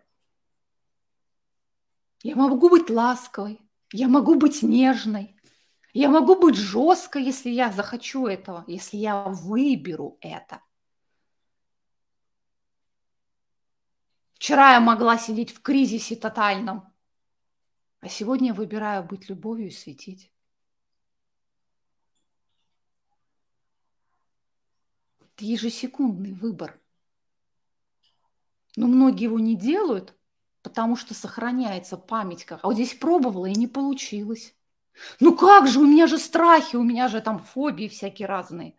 Я могу быть ласковой, я могу быть нежной, я могу быть жесткой, если я захочу этого, если я выберу это. Вчера я могла сидеть в кризисе тотальном, а сегодня я выбираю быть любовью и светить. Это ежесекундный выбор. Но многие его не делают, потому что сохраняется память. А вот здесь пробовала и не получилось. Ну как же, у меня же страхи, у меня же там фобии всякие разные.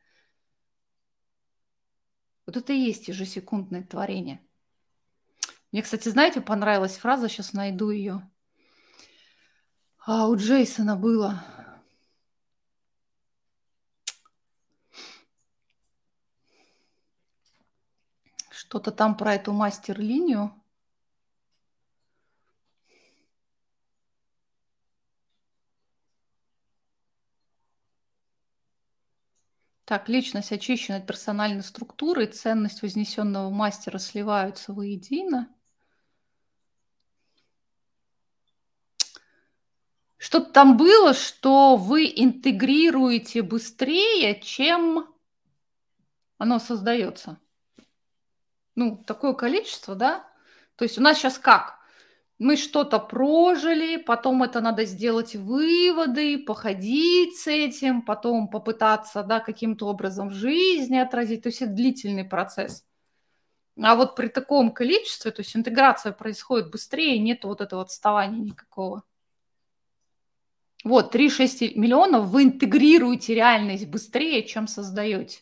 Вот это и есть ежесекундное творение. Мне, кстати, знаете, понравилась фраза, сейчас найду ее. У Джейсона было. Что-то там про эту мастер-линию. Так, личность очищена от персональной структуры, ценность вознесенного мастера сливаются воедино. Что-то там было, что вы интегрируете быстрее, чем оно создается. Ну, такое количество, да? То есть у нас сейчас как? Мы что-то прожили, потом это надо сделать выводы, походить с этим, потом попытаться, да, каким-то образом в жизни отразить. То есть это длительный процесс. А вот при таком количестве, то есть интеграция происходит быстрее, нет вот этого отставания никакого. Вот, 3-6 миллионов вы интегрируете реальность быстрее, чем создаете.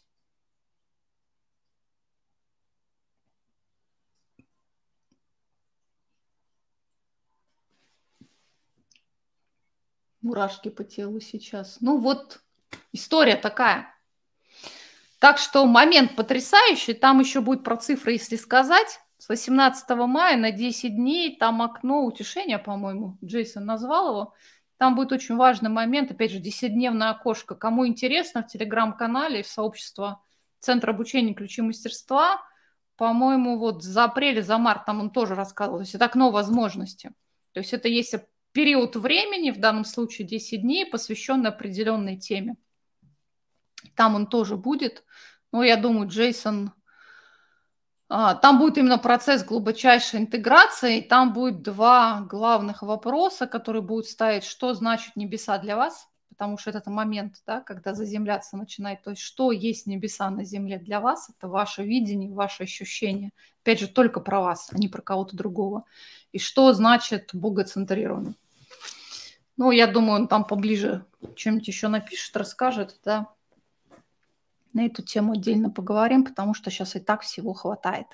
Мурашки по телу сейчас. Ну вот, история такая. Так что момент потрясающий. Там еще будет про цифры, если сказать. С 18 мая на 10 дней там окно утешения, по-моему, Джейсон назвал его. Там будет очень важный момент. Опять же, 10-дневное окошко. Кому интересно, в телеграм-канале сообщества Центра обучения ключи мастерства, по-моему, вот за апрель, за март там он тоже рассказывал. То есть это окно возможности. То есть это есть период времени, в данном случае 10 дней, посвященный определенной теме. Там он тоже будет. Но я думаю, Джейсон... Там будет именно процесс глубочайшей интеграции. И там будет два главных вопроса, которые будут ставить, что значит небеса для вас, потому что это момент, да, когда заземляться начинает. То есть что есть небеса на земле для вас, это ваше видение, ваше ощущение. Опять же, только про вас, а не про кого-то другого. И что значит богоцентрирование. Ну, я думаю, он там поближе что-нибудь еще напишет, расскажет, да. На эту тему отдельно поговорим, потому что сейчас и так всего хватает.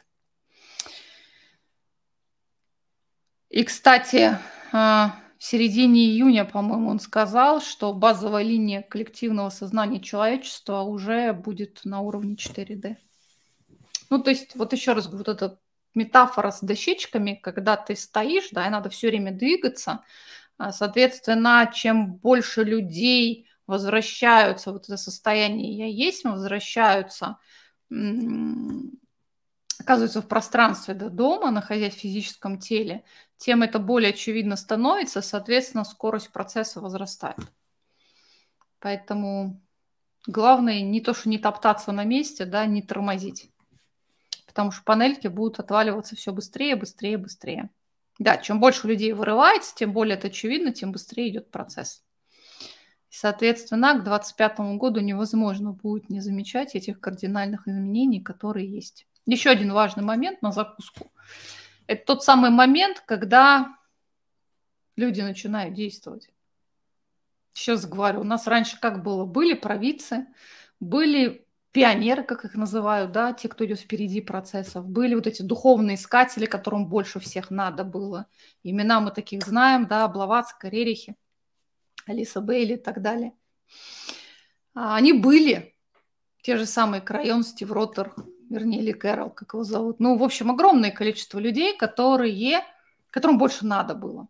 И, кстати, в середине июня, по-моему, он сказал, что базовая линия коллективного сознания человечества уже будет на уровне 4D. Ну, то есть, вот еще раз говорю, вот эта метафора с дощечками, когда ты стоишь, да, и надо все время двигаться. Соответственно, чем больше людей возвращаются, вот это состояние «я есть», возвращаются, оказываются в пространстве до дома, находясь в физическом теле, тем это более очевидно становится, соответственно, скорость процесса возрастает. Поэтому главное не то, что не топтаться на месте, да, не тормозить. Потому что панельки будут отваливаться все быстрее, быстрее, быстрее. Да, чем больше людей вырывается, тем более это очевидно, тем быстрее идет процесс. И, соответственно, к 2025 году невозможно будет не замечать этих кардинальных изменений, которые есть. Еще один важный момент на закуску. Это тот самый момент, когда люди начинают действовать. Сейчас говорю, у нас раньше как было? Были провидцы, были пионеры, как их называют, да, те, кто идет впереди процессов. Были вот эти духовные искатели, которым больше всех надо было. Имена мы таких знаем, да, Блаватская, Рерихи, Алиса Бейли и так далее. Они были, те же самые Крайон, Стив Роттер, вернее, Ли Кэрролл, как его зовут. Ну, в общем, огромное количество людей, которым больше надо было.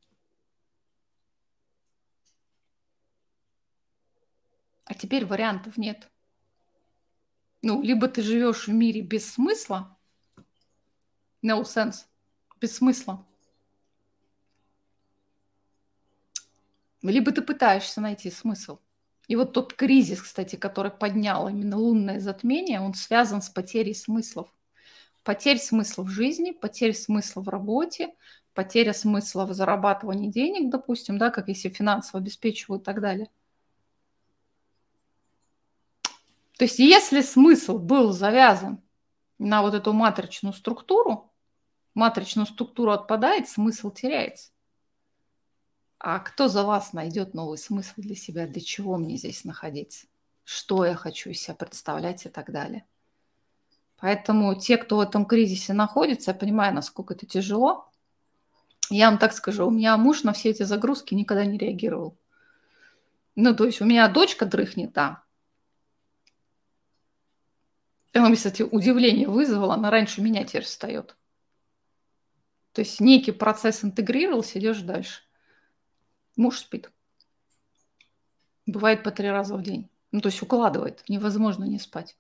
А теперь вариантов нет. Ну, либо ты живешь в мире без смысла, no sense, без смысла, либо ты пытаешься найти смысл. И вот тот кризис, кстати, который поднял именно лунное затмение, он связан с потерей смыслов. Потерь смысла в жизни, потерь смысла в работе, потеря смысла в зарабатывании денег, допустим, да, как если финансово обеспечивают и так далее. То есть если смысл был завязан на вот эту матричную структура отпадает, смысл теряется. А кто за вас найдет новый смысл для себя? Для чего мне здесь находиться? Что я хочу из себя представлять и так далее. Поэтому те, кто в этом кризисе находится, я понимаю, насколько это тяжело. Я вам так скажу, у меня муж на все эти загрузки никогда не реагировал. Ну, то есть у меня дочка дрыхнет, да. Она, кстати, удивление вызвала, она раньше меня теперь встает. То есть некий процесс интегрировался, идешь дальше. Муж спит. Бывает по 3 раза в день. Ну, то есть укладывает. Невозможно не спать.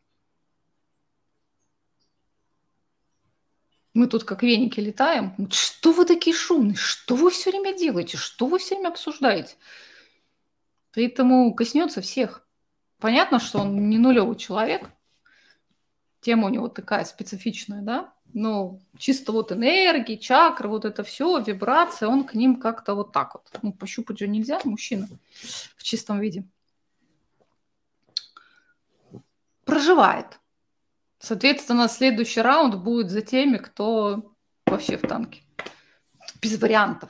Мы тут как веники летаем. Что вы такие шумные? Что вы все время делаете? Что вы все время обсуждаете? Поэтому коснется всех. Понятно, что он не нулевый человек. Тема у него такая специфичная, да? Но чисто вот энергии, чакры, вот это все, вибрации, он к ним как-то вот так вот. Ну, пощупать же нельзя, мужчина в чистом виде. Проживает. Соответственно, следующий раунд будет за теми, кто вообще в танке. Без вариантов.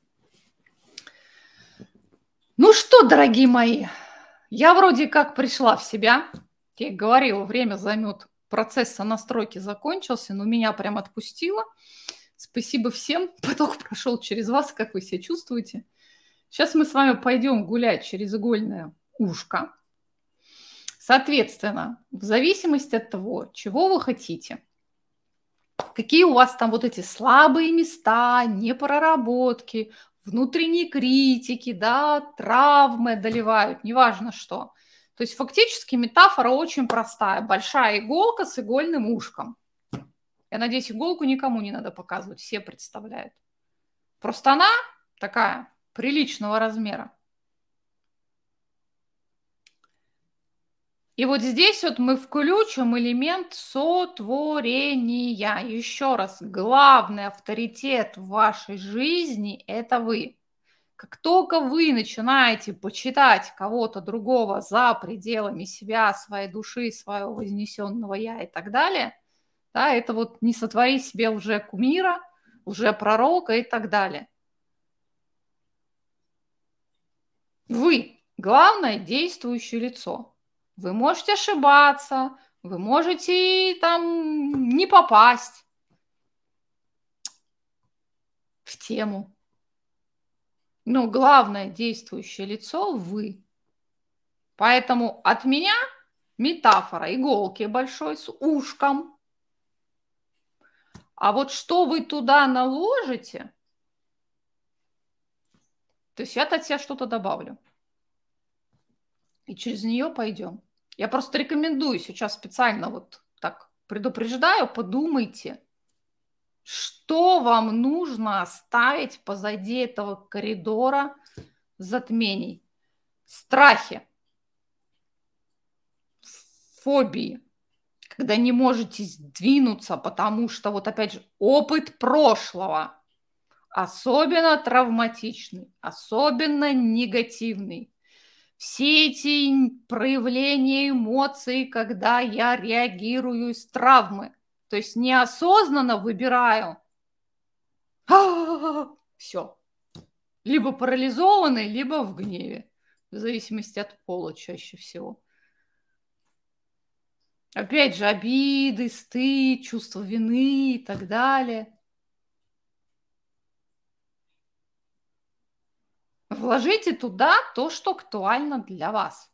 Ну что, дорогие мои, я вроде как пришла в себя. Я говорила, время займет. Процесс настройки закончился, но меня прям отпустило. Спасибо всем. Поток прошел через вас. Как вы себя чувствуете? Сейчас мы с вами пойдем гулять через игольное ушко. Соответственно, в зависимости от того, чего вы хотите, какие у вас там вот эти слабые места, непроработки, внутренние критики, да, травмы одолевают, неважно что. То есть фактически метафора очень простая. Большая иголка с игольным ушком. Я надеюсь, иголку никому не надо показывать, все представляют. Просто она такая приличного размера. И вот здесь вот мы включим элемент сотворения. Еще раз, главный авторитет в вашей жизни – это вы. Как только вы начинаете почитать кого-то другого за пределами себя, своей души, своего вознесенного я и так далее, да, это вот не сотвори себе лже-кумира, лже-пророка и так далее. Вы – главное действующее лицо. Вы можете ошибаться, вы можете там не попасть в тему. Но главное действующее лицо – вы. Поэтому от меня метафора иголки большой с ушком. А вот что вы туда наложите, то есть я от себя что-то добавлю. И через нее пойдем. Я просто рекомендую сейчас специально вот так предупреждаю, подумайте, что вам нужно оставить позади этого коридора затмений. Страхи, фобии, когда не можете сдвинуться, потому что вот опять же опыт прошлого, особенно травматичный, особенно негативный. Все эти проявления эмоций, когда я реагирую из травмы, то есть неосознанно выбираю. Все. Либо парализованный, либо в гневе. В зависимости от пола чаще всего. Опять же, обиды, стыд, чувство вины и так далее. Вложите туда то, что актуально для вас.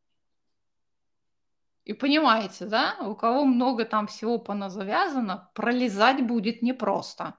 И понимаете, да, у кого много там всего поназавязано, пролезать будет непросто.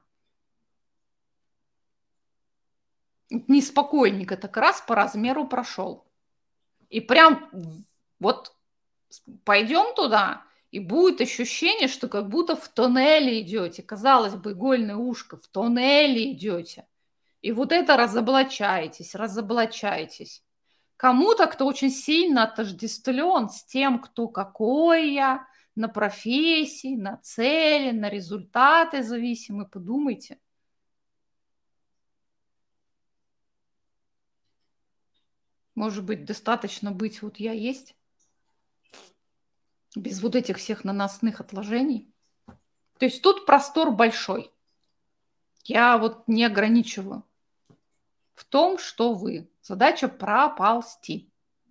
Неспокойненько так раз по размеру прошел. И прям вот пойдем туда, и будет ощущение, что как будто в тоннеле идете. Казалось бы, игольное ушко, в тоннеле идете. И вот это разоблачаетесь, разоблачаетесь. Кому-то, кто очень сильно отождествлен с тем, кто какой я, на профессии, на цели, на результаты зависимы, подумайте. Может быть, достаточно быть вот я есть, без вот этих всех наносных отложений. То есть тут простор большой. Я вот не ограничиваю. в том, что вы. Задача проползти.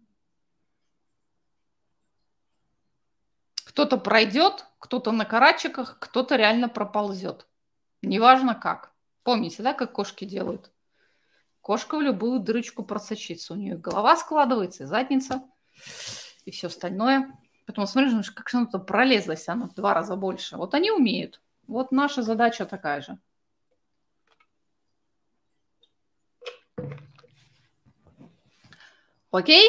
Кто-то пройдет, кто-то на карачиках, кто-то реально проползет. Неважно как. Помните, да, как кошки делают? Кошка в любую дырочку просочится. У нее голова складывается, и задница, и все остальное. Потом смотришь, как же оно-то пролезлось, оно в 2 раза больше. Вот они умеют. Вот наша задача такая же. Окей?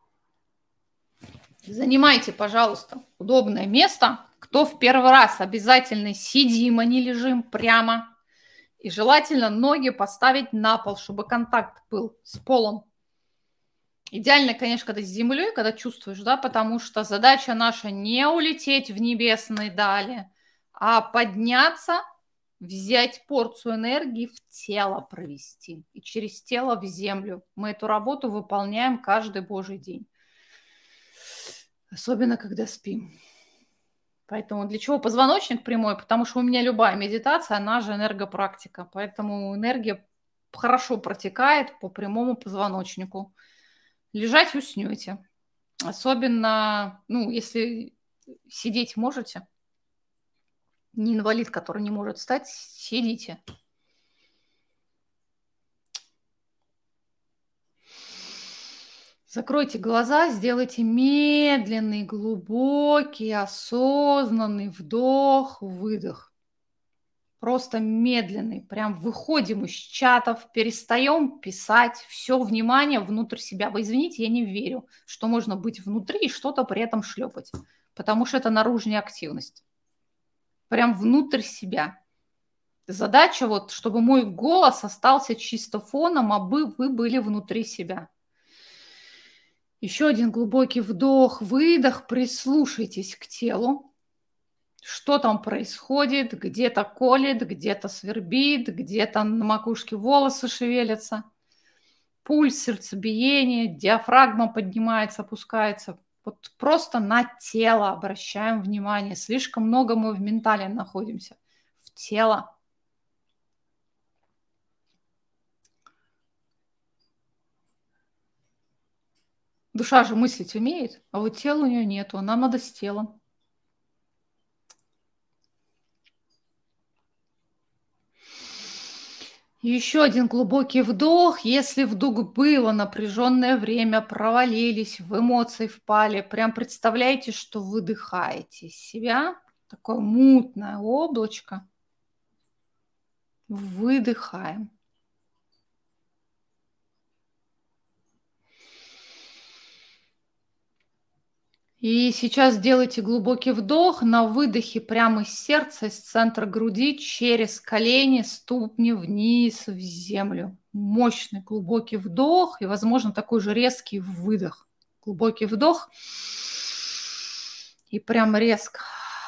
Занимайте, пожалуйста, удобное место. Кто в первый раз, обязательно сидим, а не лежим прямо. И желательно ноги поставить на пол, чтобы контакт был с полом. Идеально, конечно, когда с землей, когда чувствуешь, да, потому что задача наша не улететь в небесные дали, а подняться, взять порцию энергии, в тело провести и через тело в землю. Мы эту работу выполняем каждый божий день. Особенно, когда спим. Поэтому для чего позвоночник прямой? Потому что у меня любая медитация, она же энергопрактика. Поэтому энергия хорошо протекает по прямому позвоночнику. Лежать уснете. Особенно, если сидеть можете. Не инвалид, который не может встать, сидите. Закройте глаза, сделайте медленный, глубокий, осознанный вдох, выдох. Просто медленный. Прям выходим из чатов, перестаем писать. Все внимание внутрь себя. Вы извините, я не верю, что можно быть внутри и что-то при этом шлепать. Потому что это наружная активность. Прям внутрь себя. Задача вот, чтобы мой голос остался чисто фоном, а вы были внутри себя. Еще один глубокий вдох, выдох. Прислушайтесь к телу. Что там происходит? Где-то колет, где-то свербит, где-то на макушке волосы шевелятся. Пульс, сердцебиение, диафрагма поднимается, опускается. Вот просто на тело обращаем внимание. Слишком много мы в ментале находимся. В тело. Душа же мыслить умеет, а вот тела у нее нету, а нам надо с телом. Еще один глубокий вдох. Если вдруг было напряженное время, провалились, в эмоции впали, прям представляете, что выдыхаете из себя. Такое мутное облачко. Выдыхаем. И сейчас сделайте глубокий вдох, на выдохе прямо из сердца, из центра груди, через колени, ступни вниз в землю. Мощный глубокий вдох и, возможно, такой же резкий выдох. Глубокий вдох и прям резко.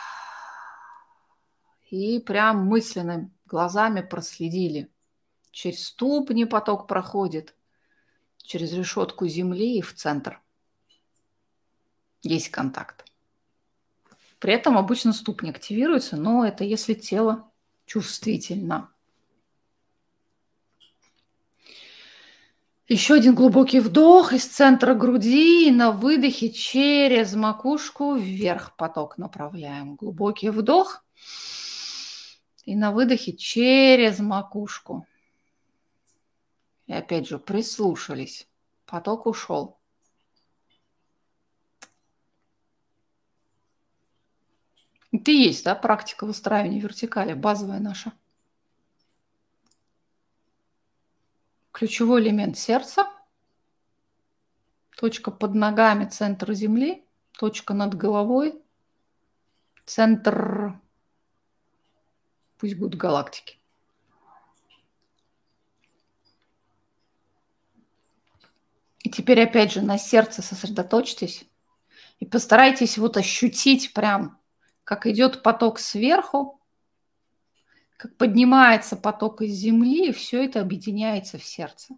И прям мысленными глазами проследили. Через ступни поток проходит, через решетку земли и в центр. Есть контакт. При этом обычно ступни активируются, но это если тело чувствительно. Еще один глубокий вдох из центра груди и на выдохе через макушку вверх поток направляем. Глубокий вдох и на выдохе через макушку. И опять же прислушались. Поток ушел. Это и есть, да, практика выстраивания вертикали, базовая наша. Ключевой элемент сердца, точка под ногами, центр земли, точка над головой, центр, пусть будут галактики. И теперь опять же на сердце сосредоточьтесь и постарайтесь вот ощутить прям, как идет поток сверху, как поднимается поток из земли, и все это объединяется в сердце.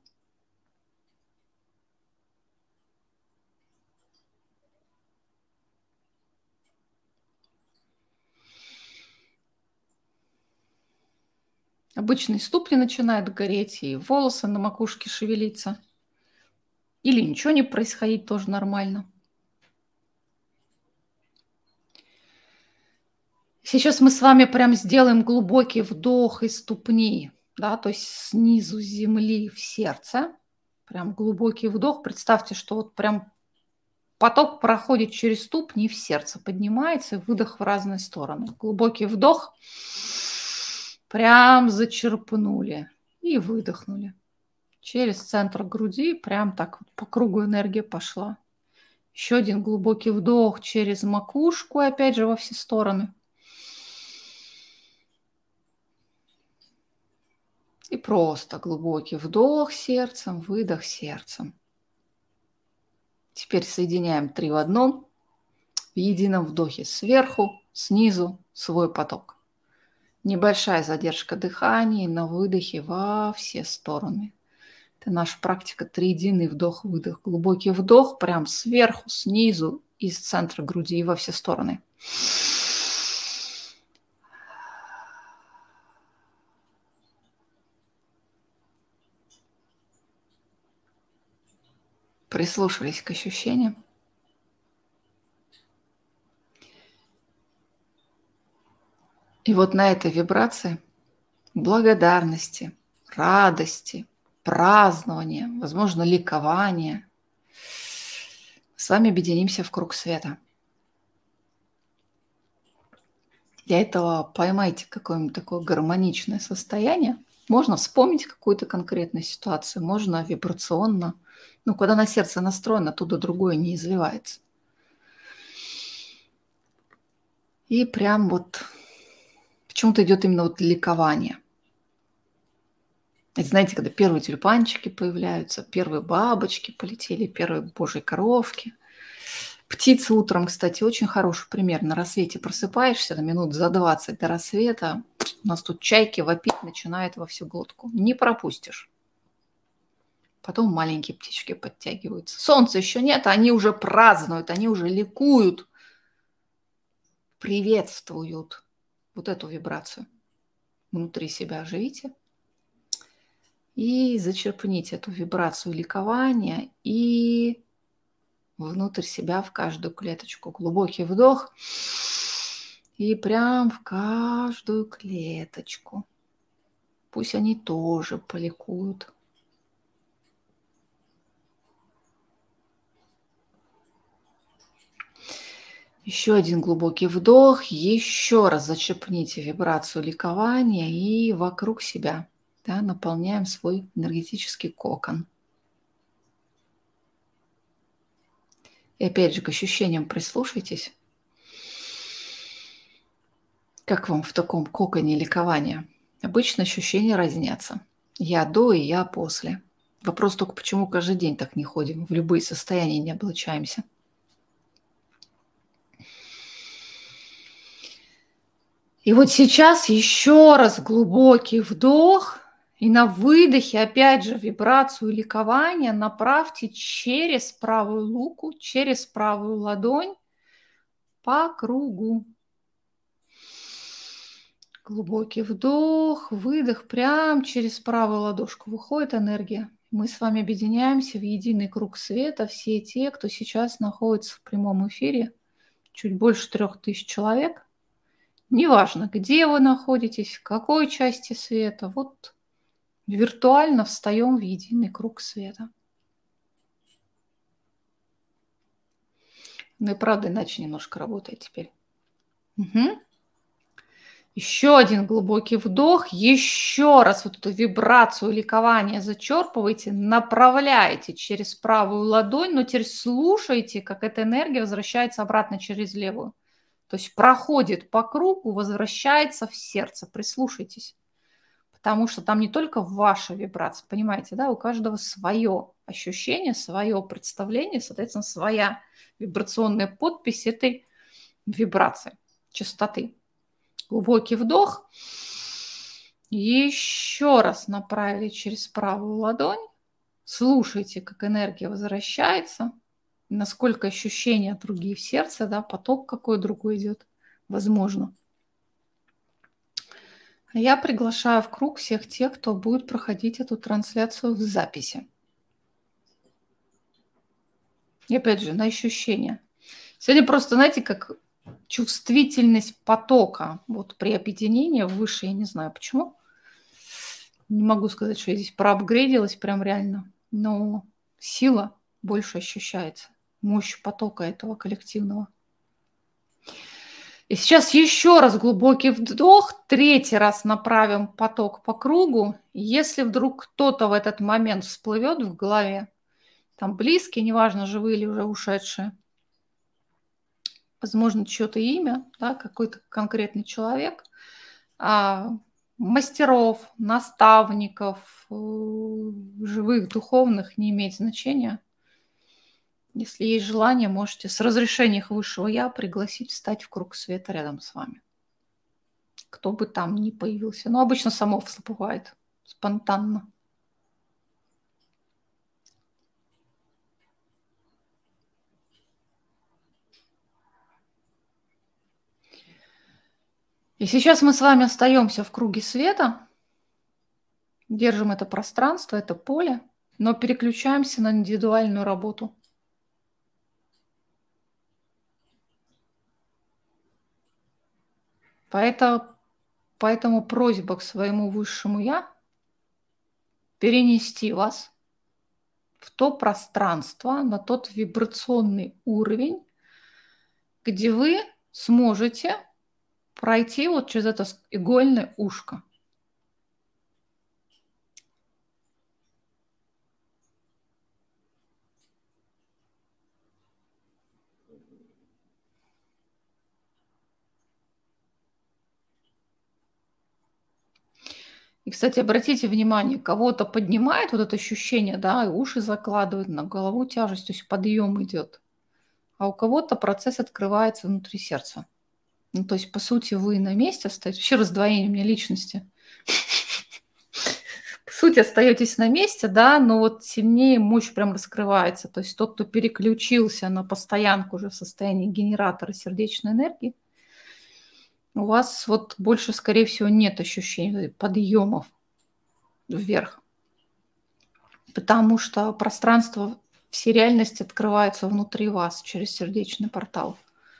Обычно и ступни начинают гореть, и волосы на макушке шевелиться. Или ничего не происходить, тоже нормально. Сейчас мы с вами прям сделаем глубокий вдох из ступни, да, то есть снизу земли в сердце. Прям глубокий вдох. Представьте, что вот прям поток проходит через ступни и в сердце, поднимается, и выдох в разные стороны. Глубокий вдох. Прям зачерпнули и выдохнули. Через центр груди прям так вот по кругу энергия пошла. Еще один глубокий вдох через макушку, и опять же во все стороны. И просто глубокий вдох сердцем, выдох сердцем. Теперь соединяем 3 в одном. В едином вдохе сверху, снизу свой поток. Небольшая задержка дыхания, на выдохе во все стороны. Это наша практика триединый вдох-выдох. Глубокий вдох прям сверху, снизу, из центра груди и во все стороны. Прислушались к ощущениям. И вот на этой вибрации благодарности, радости, празднования, возможно, ликования с вами объединимся в круг света. Для этого поймайте какое-нибудь такое гармоничное состояние. Можно вспомнить какую-то конкретную ситуацию, можно вибрационно. Ну, когда на сердце настроено, оттуда другое не изливается. И прям вот почему-то идет именно вот ликование. Это, знаете, когда первые тюльпанчики появляются, первые бабочки полетели, первые божьи коровки. Птицы утром, кстати, очень хороший пример. На рассвете просыпаешься, на минут за 20 до рассвета. У нас тут чайки вопить начинают во всю глотку. Не пропустишь. Потом маленькие птички подтягиваются. Солнца еще нет, а они уже празднуют, они уже ликуют, приветствуют вот эту вибрацию. Внутри себя оживите и зачерпните эту вибрацию ликования и внутрь себя в каждую клеточку. Глубокий вдох и прям в каждую клеточку. Пусть они тоже поликуют. Еще один глубокий вдох. Еще раз зачерпните вибрацию ликования и вокруг себя, да, наполняем свой энергетический кокон. И опять же к ощущениям прислушайтесь. Как вам в таком коконе ликования? Обычно ощущения разнятся. Я до и я после. Вопрос только, почему каждый день так не ходим, в любые состояния не облачаемся. И вот сейчас еще раз глубокий вдох. И на выдохе, опять же, вибрацию ликования направьте через правую луку, через правую ладонь по кругу. Глубокий вдох, выдох, прям через правую ладошку выходит энергия. Мы с вами объединяемся в единый круг света. Все те, кто сейчас находится в прямом эфире, чуть больше 3000 человек. Неважно, где вы находитесь, в какой части света, вот виртуально встаем в единый круг света. Ну и правда, иначе немножко работает теперь. Угу. Еще один глубокий вдох. Еще раз вот эту вибрацию ликования зачерпывайте, направляете через правую ладонь, но теперь слушайте, как эта энергия возвращается обратно через левую. То есть проходит по кругу, возвращается в сердце. Прислушайтесь. Потому что там не только ваша вибрация, понимаете, да, у каждого свое ощущение, свое представление, соответственно, своя вибрационная подпись этой вибрации, частоты. Глубокий вдох. Еще раз направили через правую ладонь. Слушайте, как энергия возвращается. Насколько ощущения другие в сердце, да, поток какой другой идет, возможно. Я приглашаю в круг всех тех, кто будет проходить эту трансляцию в записи. И опять же, на ощущение. Сегодня просто, знаете, как чувствительность потока вот при объединении выше, я не знаю почему. Не могу сказать, что я здесь проапгрейдилась прям реально, но сила больше ощущается, мощь потока этого коллективного. И сейчас еще раз глубокий вдох, третий раз направим поток по кругу. Если вдруг кто-то в этот момент всплывет в голове, там близкие, неважно, живые или уже ушедшие, возможно, чье-то имя, да, какой-то конкретный человек, мастеров, наставников, живых, духовных, не имеет значения. Если есть желание, можете с разрешения их высшего я пригласить встать в круг света рядом с вами. Кто бы там ни появился. Но обычно само всплывает спонтанно. И сейчас мы с вами остаемся в круге света, держим это пространство, это поле, но переключаемся на индивидуальную работу. Поэтому просьба к своему высшему я перенести вас в то пространство, на тот вибрационный уровень, где вы сможете пройти вот через это игольное ушко. И, кстати, обратите внимание, кого-то поднимает вот это ощущение, да, и уши закладывает, на голову тяжесть, то есть подъем идет. А у кого-то процесс открывается внутри сердца. Ну, то есть, по сути, вы на месте остаетесь. Вообще раздвоение у меня личности. По сути, остаетесь на месте, да, но вот сильнее мощь прям раскрывается. То есть тот, кто переключился на постоянку уже в состоянии генератора сердечной энергии, у вас вот больше, скорее всего, нет ощущений подъемов вверх. Потому что пространство, все реальности открываются внутри вас через сердечный портал.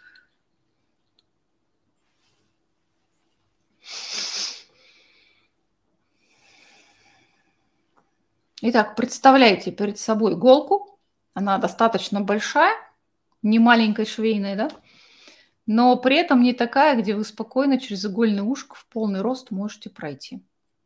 Итак, представляете перед собой иголку. Она достаточно большая, не маленькой швейной, да? Но при этом не такая, где вы спокойно через игольное ушко в полный рост можете пройти.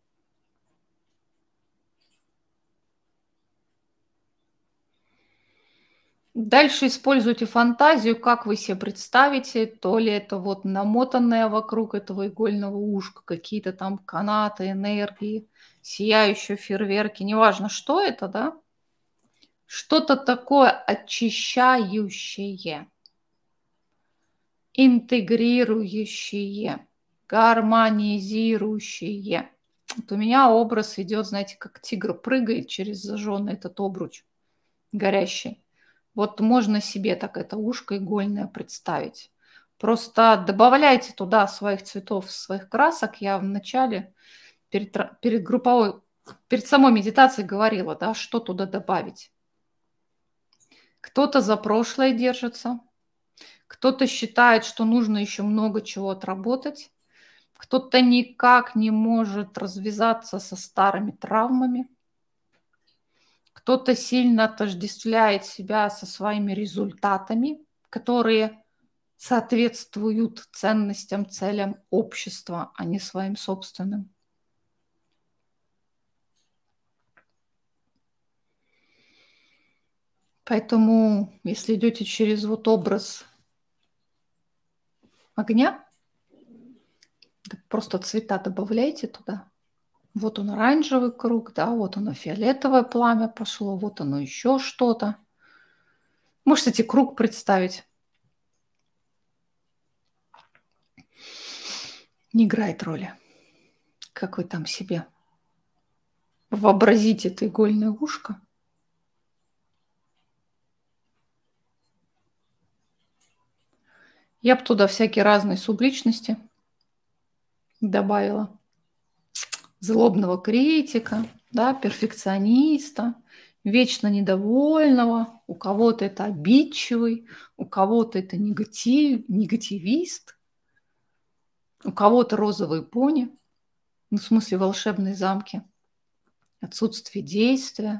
Дальше используйте фантазию, как вы себе представите, то ли это вот намотанное вокруг этого игольного ушка, какие-то там канаты, энергии, сияющие фейерверки, неважно, что это, да? Что-то такое очищающее, интегрирующее, гармонизирующее. Вот у меня образ идет, знаете, как тигр прыгает через зажженный этот обруч горящий. Вот можно себе так это ушко игольное представить. Просто добавляйте туда своих цветов, своих красок. Я в начале перед самой медитацией говорила, да, что туда добавить. Кто-то за прошлое держится, кто-то считает, что нужно еще много чего отработать, кто-то никак не может развязаться со старыми травмами, кто-то сильно отождествляет себя со своими результатами, которые соответствуют ценностям, целям общества, а не своим собственным. Поэтому, если идете через вот образ огня, просто цвета добавляйте туда. Вот он оранжевый круг, да, вот оно фиолетовое пламя пошло, вот оно еще что-то. Можете себе круг представить. Не играет роли, как вы там себе вообразите это игольное ушко. Я бы туда всякие разные субличности добавила. злобного критика, да, перфекциониста, вечно недовольного, у кого-то это обидчивый, у кого-то это негативист, у кого-то розовые пони, ну, в смысле волшебные замки, отсутствие действия,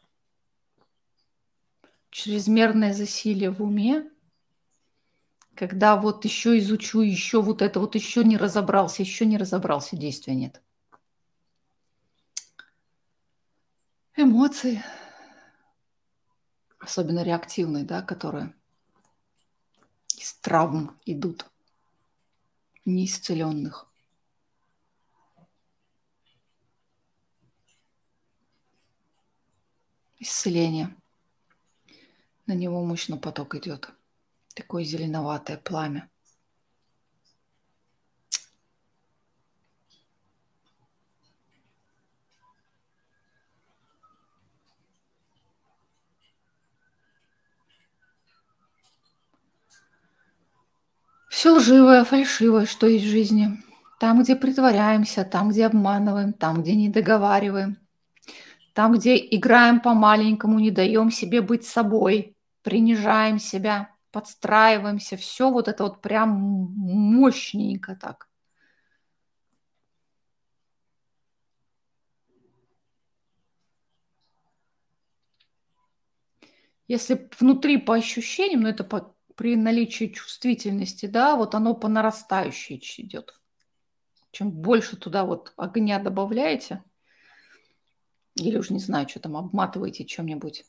чрезмерное засилие в уме, когда вот еще изучу, еще вот это, вот еще не разобрался, действия нет. Эмоции, особенно реактивные, да, которые из травм идут, неисцеленных. Исцеление. На него мощный поток идет. Такое зеленоватое пламя. Все лживое, фальшивое, что есть в жизни. Там, где притворяемся, там, где обманываем, там, где не договариваем, там, где играем по-маленькому, не даем себе быть собой, принижаем себя, подстраиваемся. Все вот это вот прям мощненько так. Если внутри по ощущениям, но это при наличии чувствительности, да, вот оно по нарастающей идет. Чем больше туда вот огня добавляете, или уж не знаю, что там, обматываете чем-нибудь.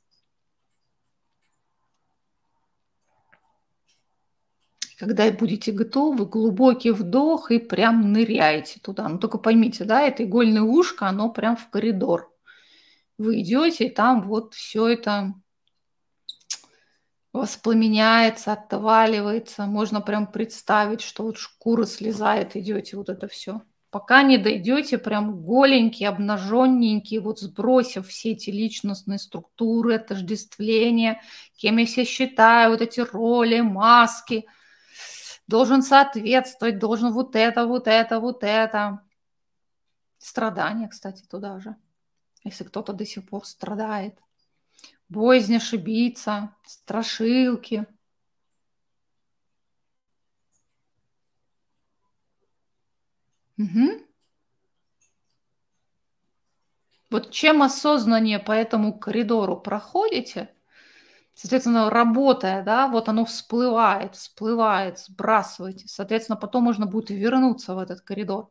Когда будете готовы, глубокий вдох и прям ныряете туда. Ну, только поймите, да, это игольное ушко, оно прям в коридор. Вы идете, и там вот все это воспламеняется, отваливается. Можно прям представить, что вот шкура слезает, идете, вот это все. Пока не дойдете, прям голенький, обнаженненький, вот сбросив все эти личностные структуры, отождествления, кем я себя считаю, вот эти роли, маски, должен соответствовать, должен вот это, вот это, вот это. Страдания, кстати, туда же, если кто-то до сих пор страдает. Боязнь ошибиться, страшилки. Угу. Вот чем осознаннее по этому коридору проходите, соответственно, работая, да, вот оно всплывает, всплывает, сбрасываете. Соответственно, потом можно будет вернуться в этот коридор.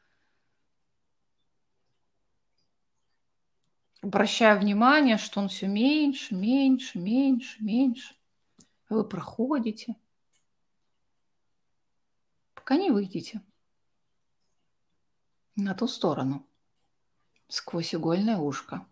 Обращая внимание, что он все меньше, меньше, меньше, меньше. Вы проходите, пока не выйдете на ту сторону, сквозь игольное ушко.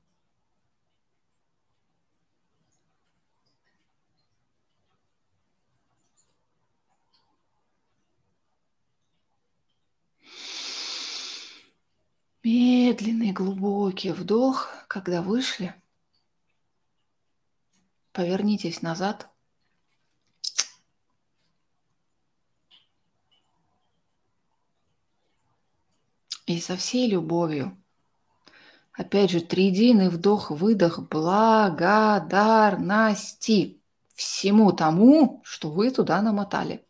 Медленный глубокий вдох, когда вышли, повернитесь назад. И со всей любовью, опять же, триединый вдох-выдох благодарности всему тому, что вы туда намотали.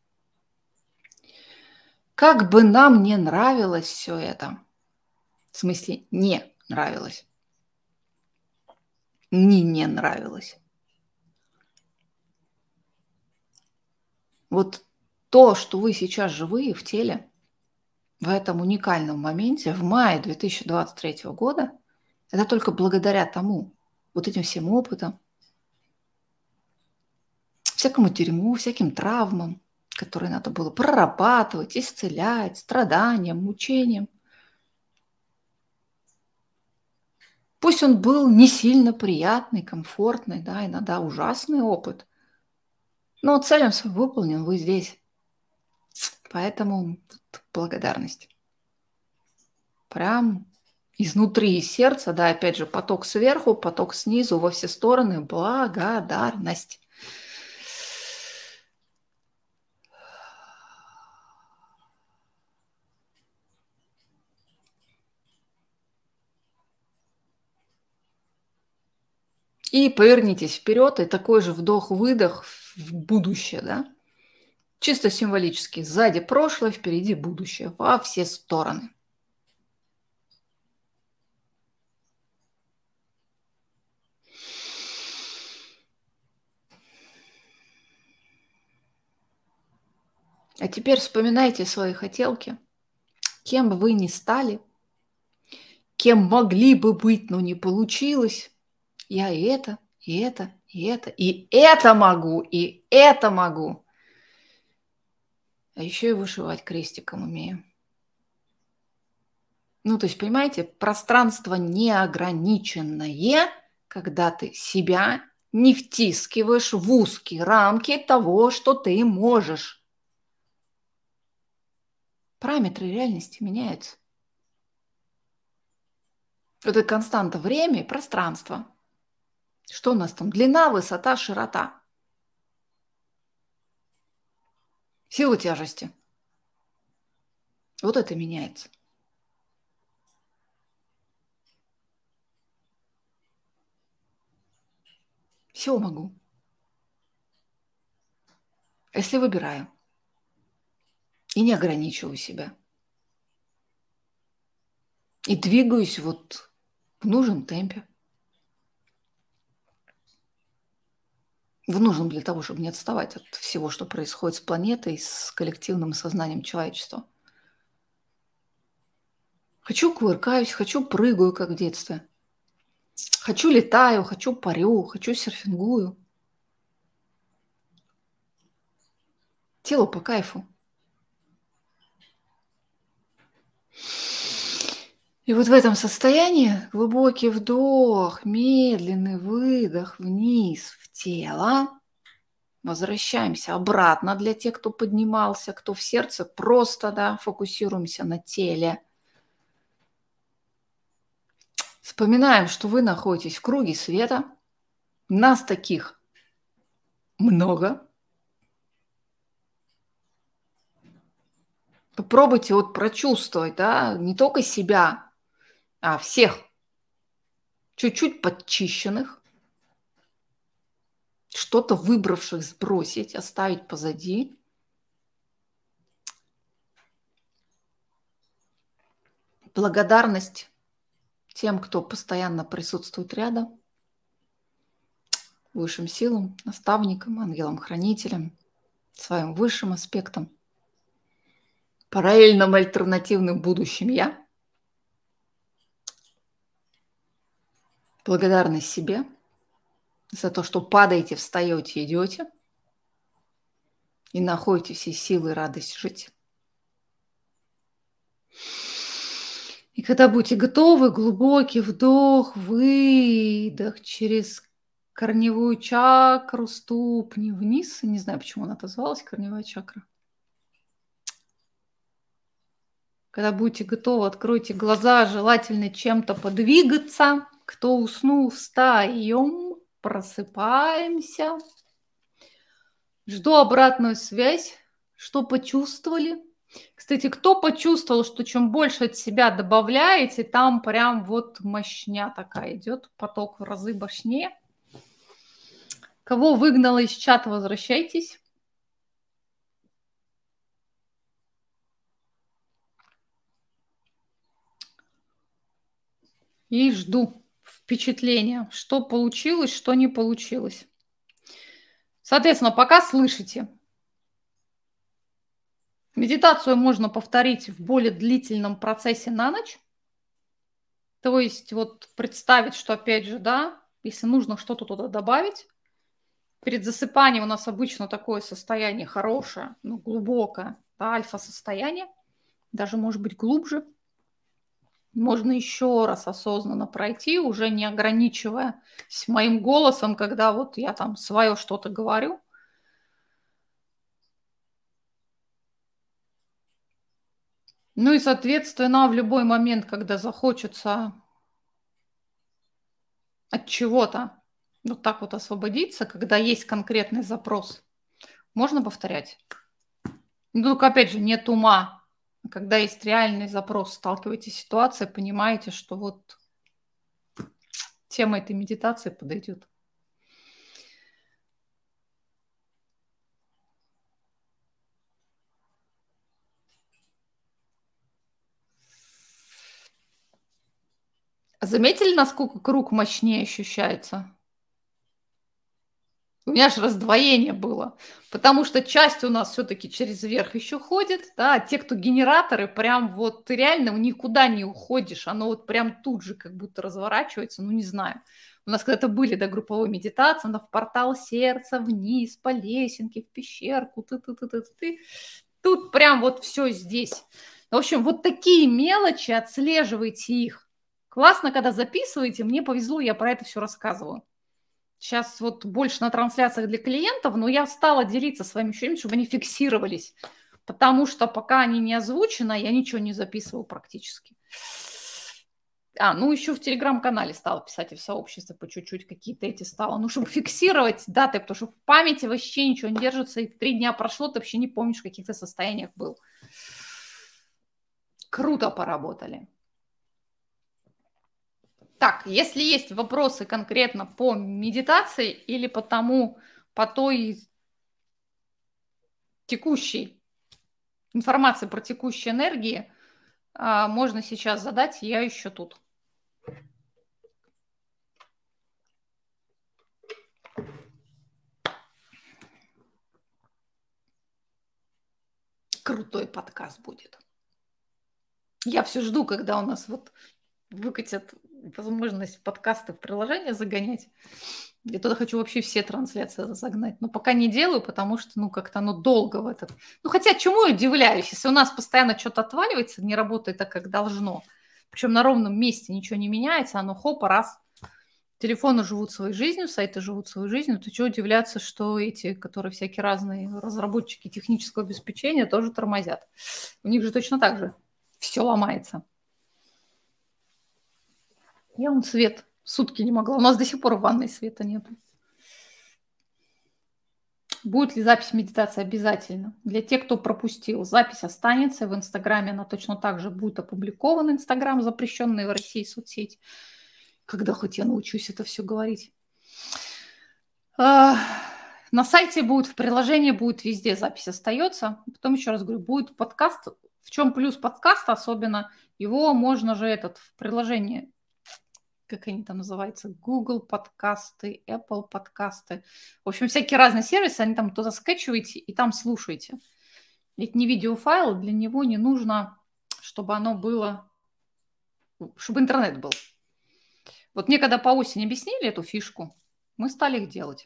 Как бы нам не нравилось все это, в смысле не нравилось, не нравилось. Вот то, что вы сейчас живые в теле, в этом уникальном моменте, в мае 2023 года, это только благодаря тому, вот этим всем опытам, всякому дерьму, всяким травмам, которые надо было прорабатывать, исцелять, страданиям, мучениям. Пусть он был не сильно приятный, комфортный, да, иногда ужасный опыт, но цель он свой выполнен, вы здесь. Поэтому благодарность. Прям изнутри из сердца, да, опять же, поток сверху, поток снизу, во все стороны, благодарность. И повернитесь вперед, и такой же вдох-выдох в будущее, да? Чисто символически. Сзади прошлое, впереди будущее. Во все стороны. А теперь вспоминайте свои хотелки. Кем бы вы ни стали, кем могли бы быть, но не получилось. Я и это, и это, и это, и это могу, и это могу. А еще и вышивать крестиком умею. Ну, то есть, понимаете, пространство неограниченное, когда ты себя не втискиваешь в узкие рамки того, что ты можешь. Параметры реальности меняются. Это константа время и пространство. Что у нас там? Длина, высота, широта. Сила тяжести. Вот это меняется. Все могу. Если выбираю и не ограничиваю себя. И двигаюсь вот в нужном темпе. В нужном для того, чтобы не отставать от всего, что происходит с планетой, с коллективным сознанием человечества. Хочу кувыркаюсь, хочу прыгаю, как в детстве. Хочу летаю, хочу парю, хочу серфингую. Тело по кайфу. И вот в этом состоянии глубокий вдох, медленный выдох вниз в тело. Возвращаемся обратно для тех, кто поднимался, кто в сердце. Просто, фокусируемся на теле. Вспоминаем, что вы находитесь в круге света. Нас таких много. Попробуйте вот прочувствовать, не только себя, а всех чуть-чуть подчищенных, что-то выбравших сбросить, оставить позади. Благодарность тем, кто постоянно присутствует рядом, высшим силам, наставникам, ангелам-хранителям, своим высшим аспектам, параллельным альтернативным будущим я. Благодарность себе за то, что падаете, встаете, идете и находите все силы и радость жить. И когда будете готовы, глубокий вдох, выдох через корневую чакру ступни вниз. Не знаю, почему она отозвалась, корневая чакра. Когда будете готовы, откройте глаза, желательно чем-то подвигаться. Кто уснул, встаем, просыпаемся. Жду обратную связь. Что почувствовали? Кстати, кто почувствовал, что чем больше от себя добавляете, там прям вот мощня такая идет, поток в разы мощнее. Кого выгнала из чата, возвращайтесь. И жду впечатления, что получилось, что не получилось. Соответственно, пока слышите. Медитацию можно повторить в более длительном процессе на ночь. То есть вот представить, что опять же, если нужно что-то туда добавить. Перед засыпанием у нас обычно такое состояние хорошее, глубокое, альфа-состояние. Даже может быть глубже. Можно еще раз осознанно пройти, уже не ограничивая моим голосом, когда вот я там свое что-то говорю. Ну и, соответственно, в любой момент, когда захочется от чего-то вот так вот освободиться, когда есть конкретный запрос, можно повторять. Ну, только, опять же, нет ума. Когда есть реальный запрос, сталкиваетесь с ситуацией, понимаете, что вот тема этой медитации подойдет. Видели, насколько круг мощнее ощущается? У меня же раздвоение было, потому что часть у нас все-таки через верх еще ходит, да, а те, кто генераторы, прям вот ты реально никуда не уходишь, оно вот прям тут же как будто разворачивается, ну не знаю. У нас когда-то были, да, групповые медитации, она в портал сердца, вниз, по лесенке, в пещерку, ты. Тут прям вот все здесь. В общем, вот такие мелочи, отслеживайте их. Классно, когда записываете, мне повезло, я про это все рассказываю. Сейчас вот больше на трансляциях для клиентов, но я стала делиться своими ощущениями, чтобы они фиксировались. Потому что пока они не озвучены, я ничего не записываю практически. Ну еще в Телеграм-канале стала писать и в сообществе по чуть-чуть какие-то эти стала. Ну, чтобы фиксировать даты, потому что в памяти вообще ничего не держится, и 3 дня прошло, ты вообще не помнишь, в каких то состояниях был. Круто поработали. Так, если есть вопросы конкретно по медитации или по той текущей информации про текущие энергии, можно сейчас задать, я еще тут. Крутой подкаст будет. Я все жду, когда у нас вот выкатят возможность подкасты в приложение загонять. Я туда хочу вообще все трансляции загнать. Но пока не делаю, потому что, ну, как-то оно долго в этот... Ну, хотя чему я удивляюсь, если у нас постоянно что-то отваливается, не работает так, как должно. Причем на ровном месте ничего не меняется, оно хопа, раз. Телефоны живут своей жизнью, сайты живут своей жизнью. То чего удивляться, что эти, которые всякие разные разработчики технического обеспечения, тоже тормозят. У них же точно так же все ломается. Я вон свет сутки не могла. У нас до сих пор в ванной света нет. Будет ли запись медитации? Обязательно. Для тех, кто пропустил, запись останется. В Инстаграме она точно так же будет опубликована. Инстаграм, запрещенный в России соцсеть. Когда хоть я научусь это все говорить. На сайте будет, в приложении будет, везде запись остается. Потом еще раз говорю, будет подкаст. В чем плюс подкаста особенно? Его можно же в приложении, как они там называются, Google подкасты, Apple подкасты. В общем, всякие разные сервисы, они там туда скачиваете и там слушаете. Ведь не видеофайл, для него не нужно, чтобы оно было, чтобы интернет был. Вот мне когда по осени объяснили эту фишку, мы стали их делать.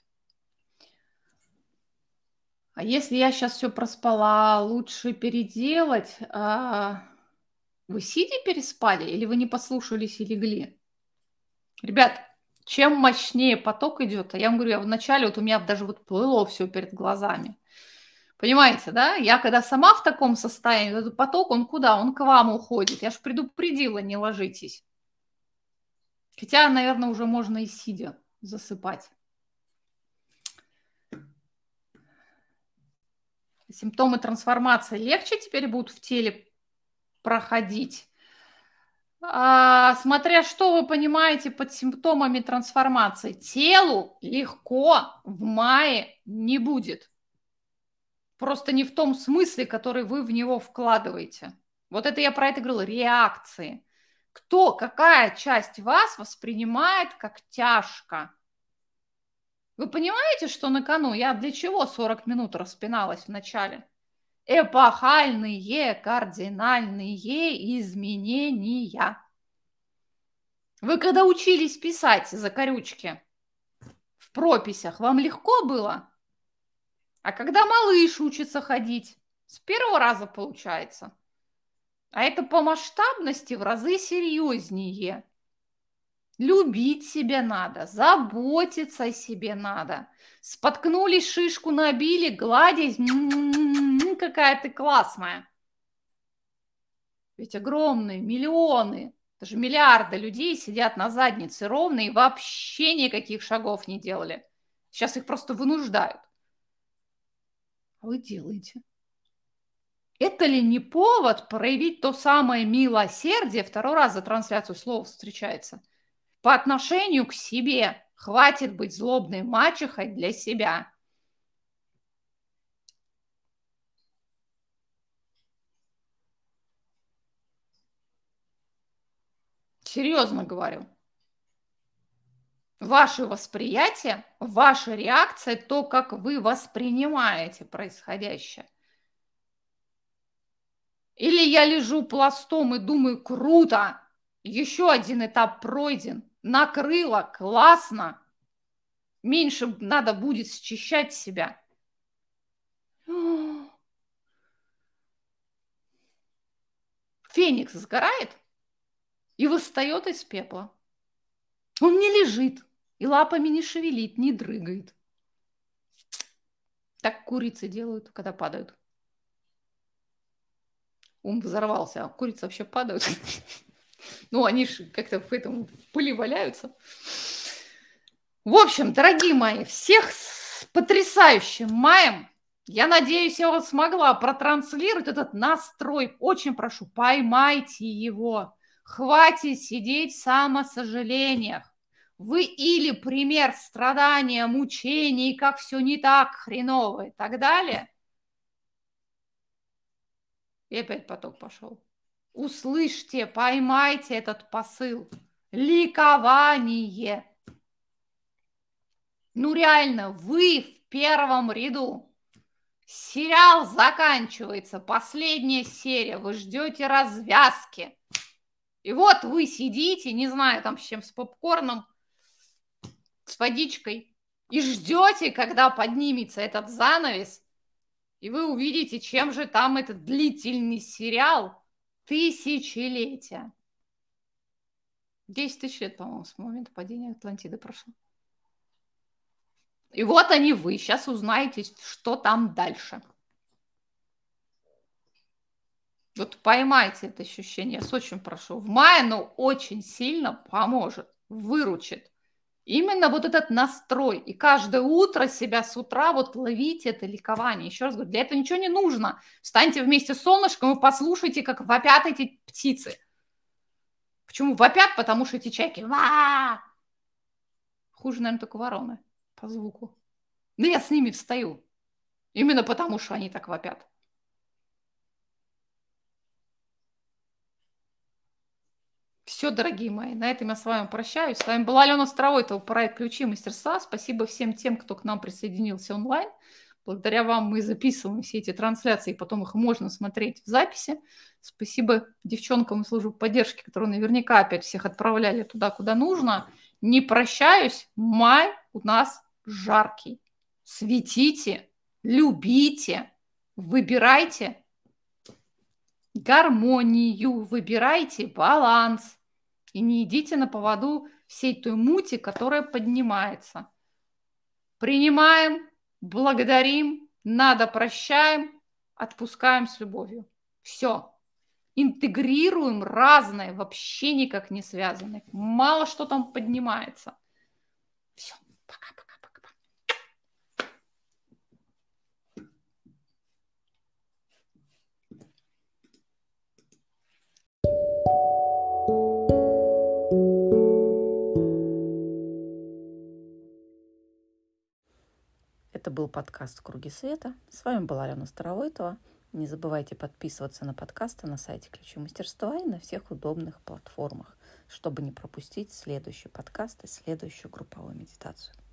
А если я сейчас все проспала, лучше переделать. Вы сидя переспали или вы не послушались и легли? Ребят, чем мощнее поток идет, а я вам говорю, вначале вот у меня даже вот плыло все перед глазами. Понимаете, да? Я когда сама в таком состоянии, этот поток, он куда? Он к вам уходит. Я же предупредила, не ложитесь. Хотя, наверное, уже можно и сидя засыпать. Симптомы трансформации легче теперь будут в теле проходить. Смотря что вы понимаете под симптомами трансформации. Телу легко в мае не будет. Просто не в том смысле, который вы в него вкладываете. Вот это я про это говорила, реакции. Какая часть вас воспринимает как тяжко? Вы понимаете, что на кону? Я для чего 40 минут распиналась в начале? Эпохальные кардинальные изменения. Вы когда учились писать закорючки в прописях, вам легко было? А когда малыш учится ходить, с первого раза получается. А это по масштабности в разы серьезнее. Любить себя надо, заботиться о себе надо. Споткнулись, шишку набили, гладить. Какая ты классная. Ведь огромные, миллионы, даже миллиарды людей сидят на заднице ровно и вообще никаких шагов не делали. Сейчас их просто вынуждают. А вы делаете. Это ли не повод проявить то самое милосердие, второй раз за трансляцию слов встречается, по отношению к себе? Хватит быть злобной мачехой для себя. Серьезно говорю. Ваше восприятие, ваша реакция, то, как вы воспринимаете происходящее. Или я лежу пластом и думаю, круто, еще один этап пройден, накрыло, классно, меньше надо будет счищать себя. Феникс сгорает и восстает из пепла. Он не лежит и лапами не шевелит, не дрыгает. Так курицы делают, когда падают. Ум взорвался, а курицы вообще падают. Ну, они же как-то в пыли валяются. В общем, дорогие мои, всех с потрясающим маем. Я надеюсь, я вот смогла протранслировать этот настрой. Очень прошу, поймайте его. Хватит сидеть в самосожалениях. Вы или пример страдания, мучений, как все не так хреново и так далее. И опять поток пошел. Услышьте, поймайте этот посыл. Ликование. Ну реально, вы в первом ряду. Сериал заканчивается, последняя серия, вы ждете развязки. И вот вы сидите, не знаю, там с чем, с попкорном, с водичкой, и ждете, когда поднимется этот занавес, и вы увидите, чем же там этот длительный сериал тысячелетия. 10 тысяч лет, по-моему, с момента падения Атлантиды прошло. И вот они вы. Сейчас узнаете, что там дальше. Вот поймайте это ощущение. Я очень прошу. В мае оно очень сильно поможет, выручит. Именно вот этот настрой. И каждое утро себя с утра вот ловите это ликование. Еще раз говорю, для этого ничего не нужно. Встаньте вместе с солнышком и послушайте, как вопят эти птицы. Почему вопят? Потому что эти чайки... Ва! Хуже, наверное, только вороны по звуку. Но я с ними встаю. Именно потому, что они так вопят. Все, дорогие мои, на этом я с вами прощаюсь. С вами была Алена Старовойтова, проект «Ключи мастерства». Спасибо всем тем, кто к нам присоединился онлайн. Благодаря вам мы записываем все эти трансляции, и потом их можно смотреть в записи. Спасибо девчонкам из службы поддержки, которые наверняка опять всех отправляли туда, куда нужно. Не прощаюсь. Май у нас жаркий. Светите, любите, выбирайте гармонию, выбирайте баланс. И не идите на поводу всей той мути, которая поднимается. Принимаем, благодарим, надо прощаем, отпускаем с любовью. Все. Интегрируем разное, вообще никак не связанное. Мало что там поднимается. Все. Пока-пока. Это был подкаст «Круги света». С вами была Алена Старовойтова. Не забывайте подписываться на подкасты на сайте «Ключи мастерства» и на всех удобных платформах, чтобы не пропустить следующий подкаст и следующую групповую медитацию.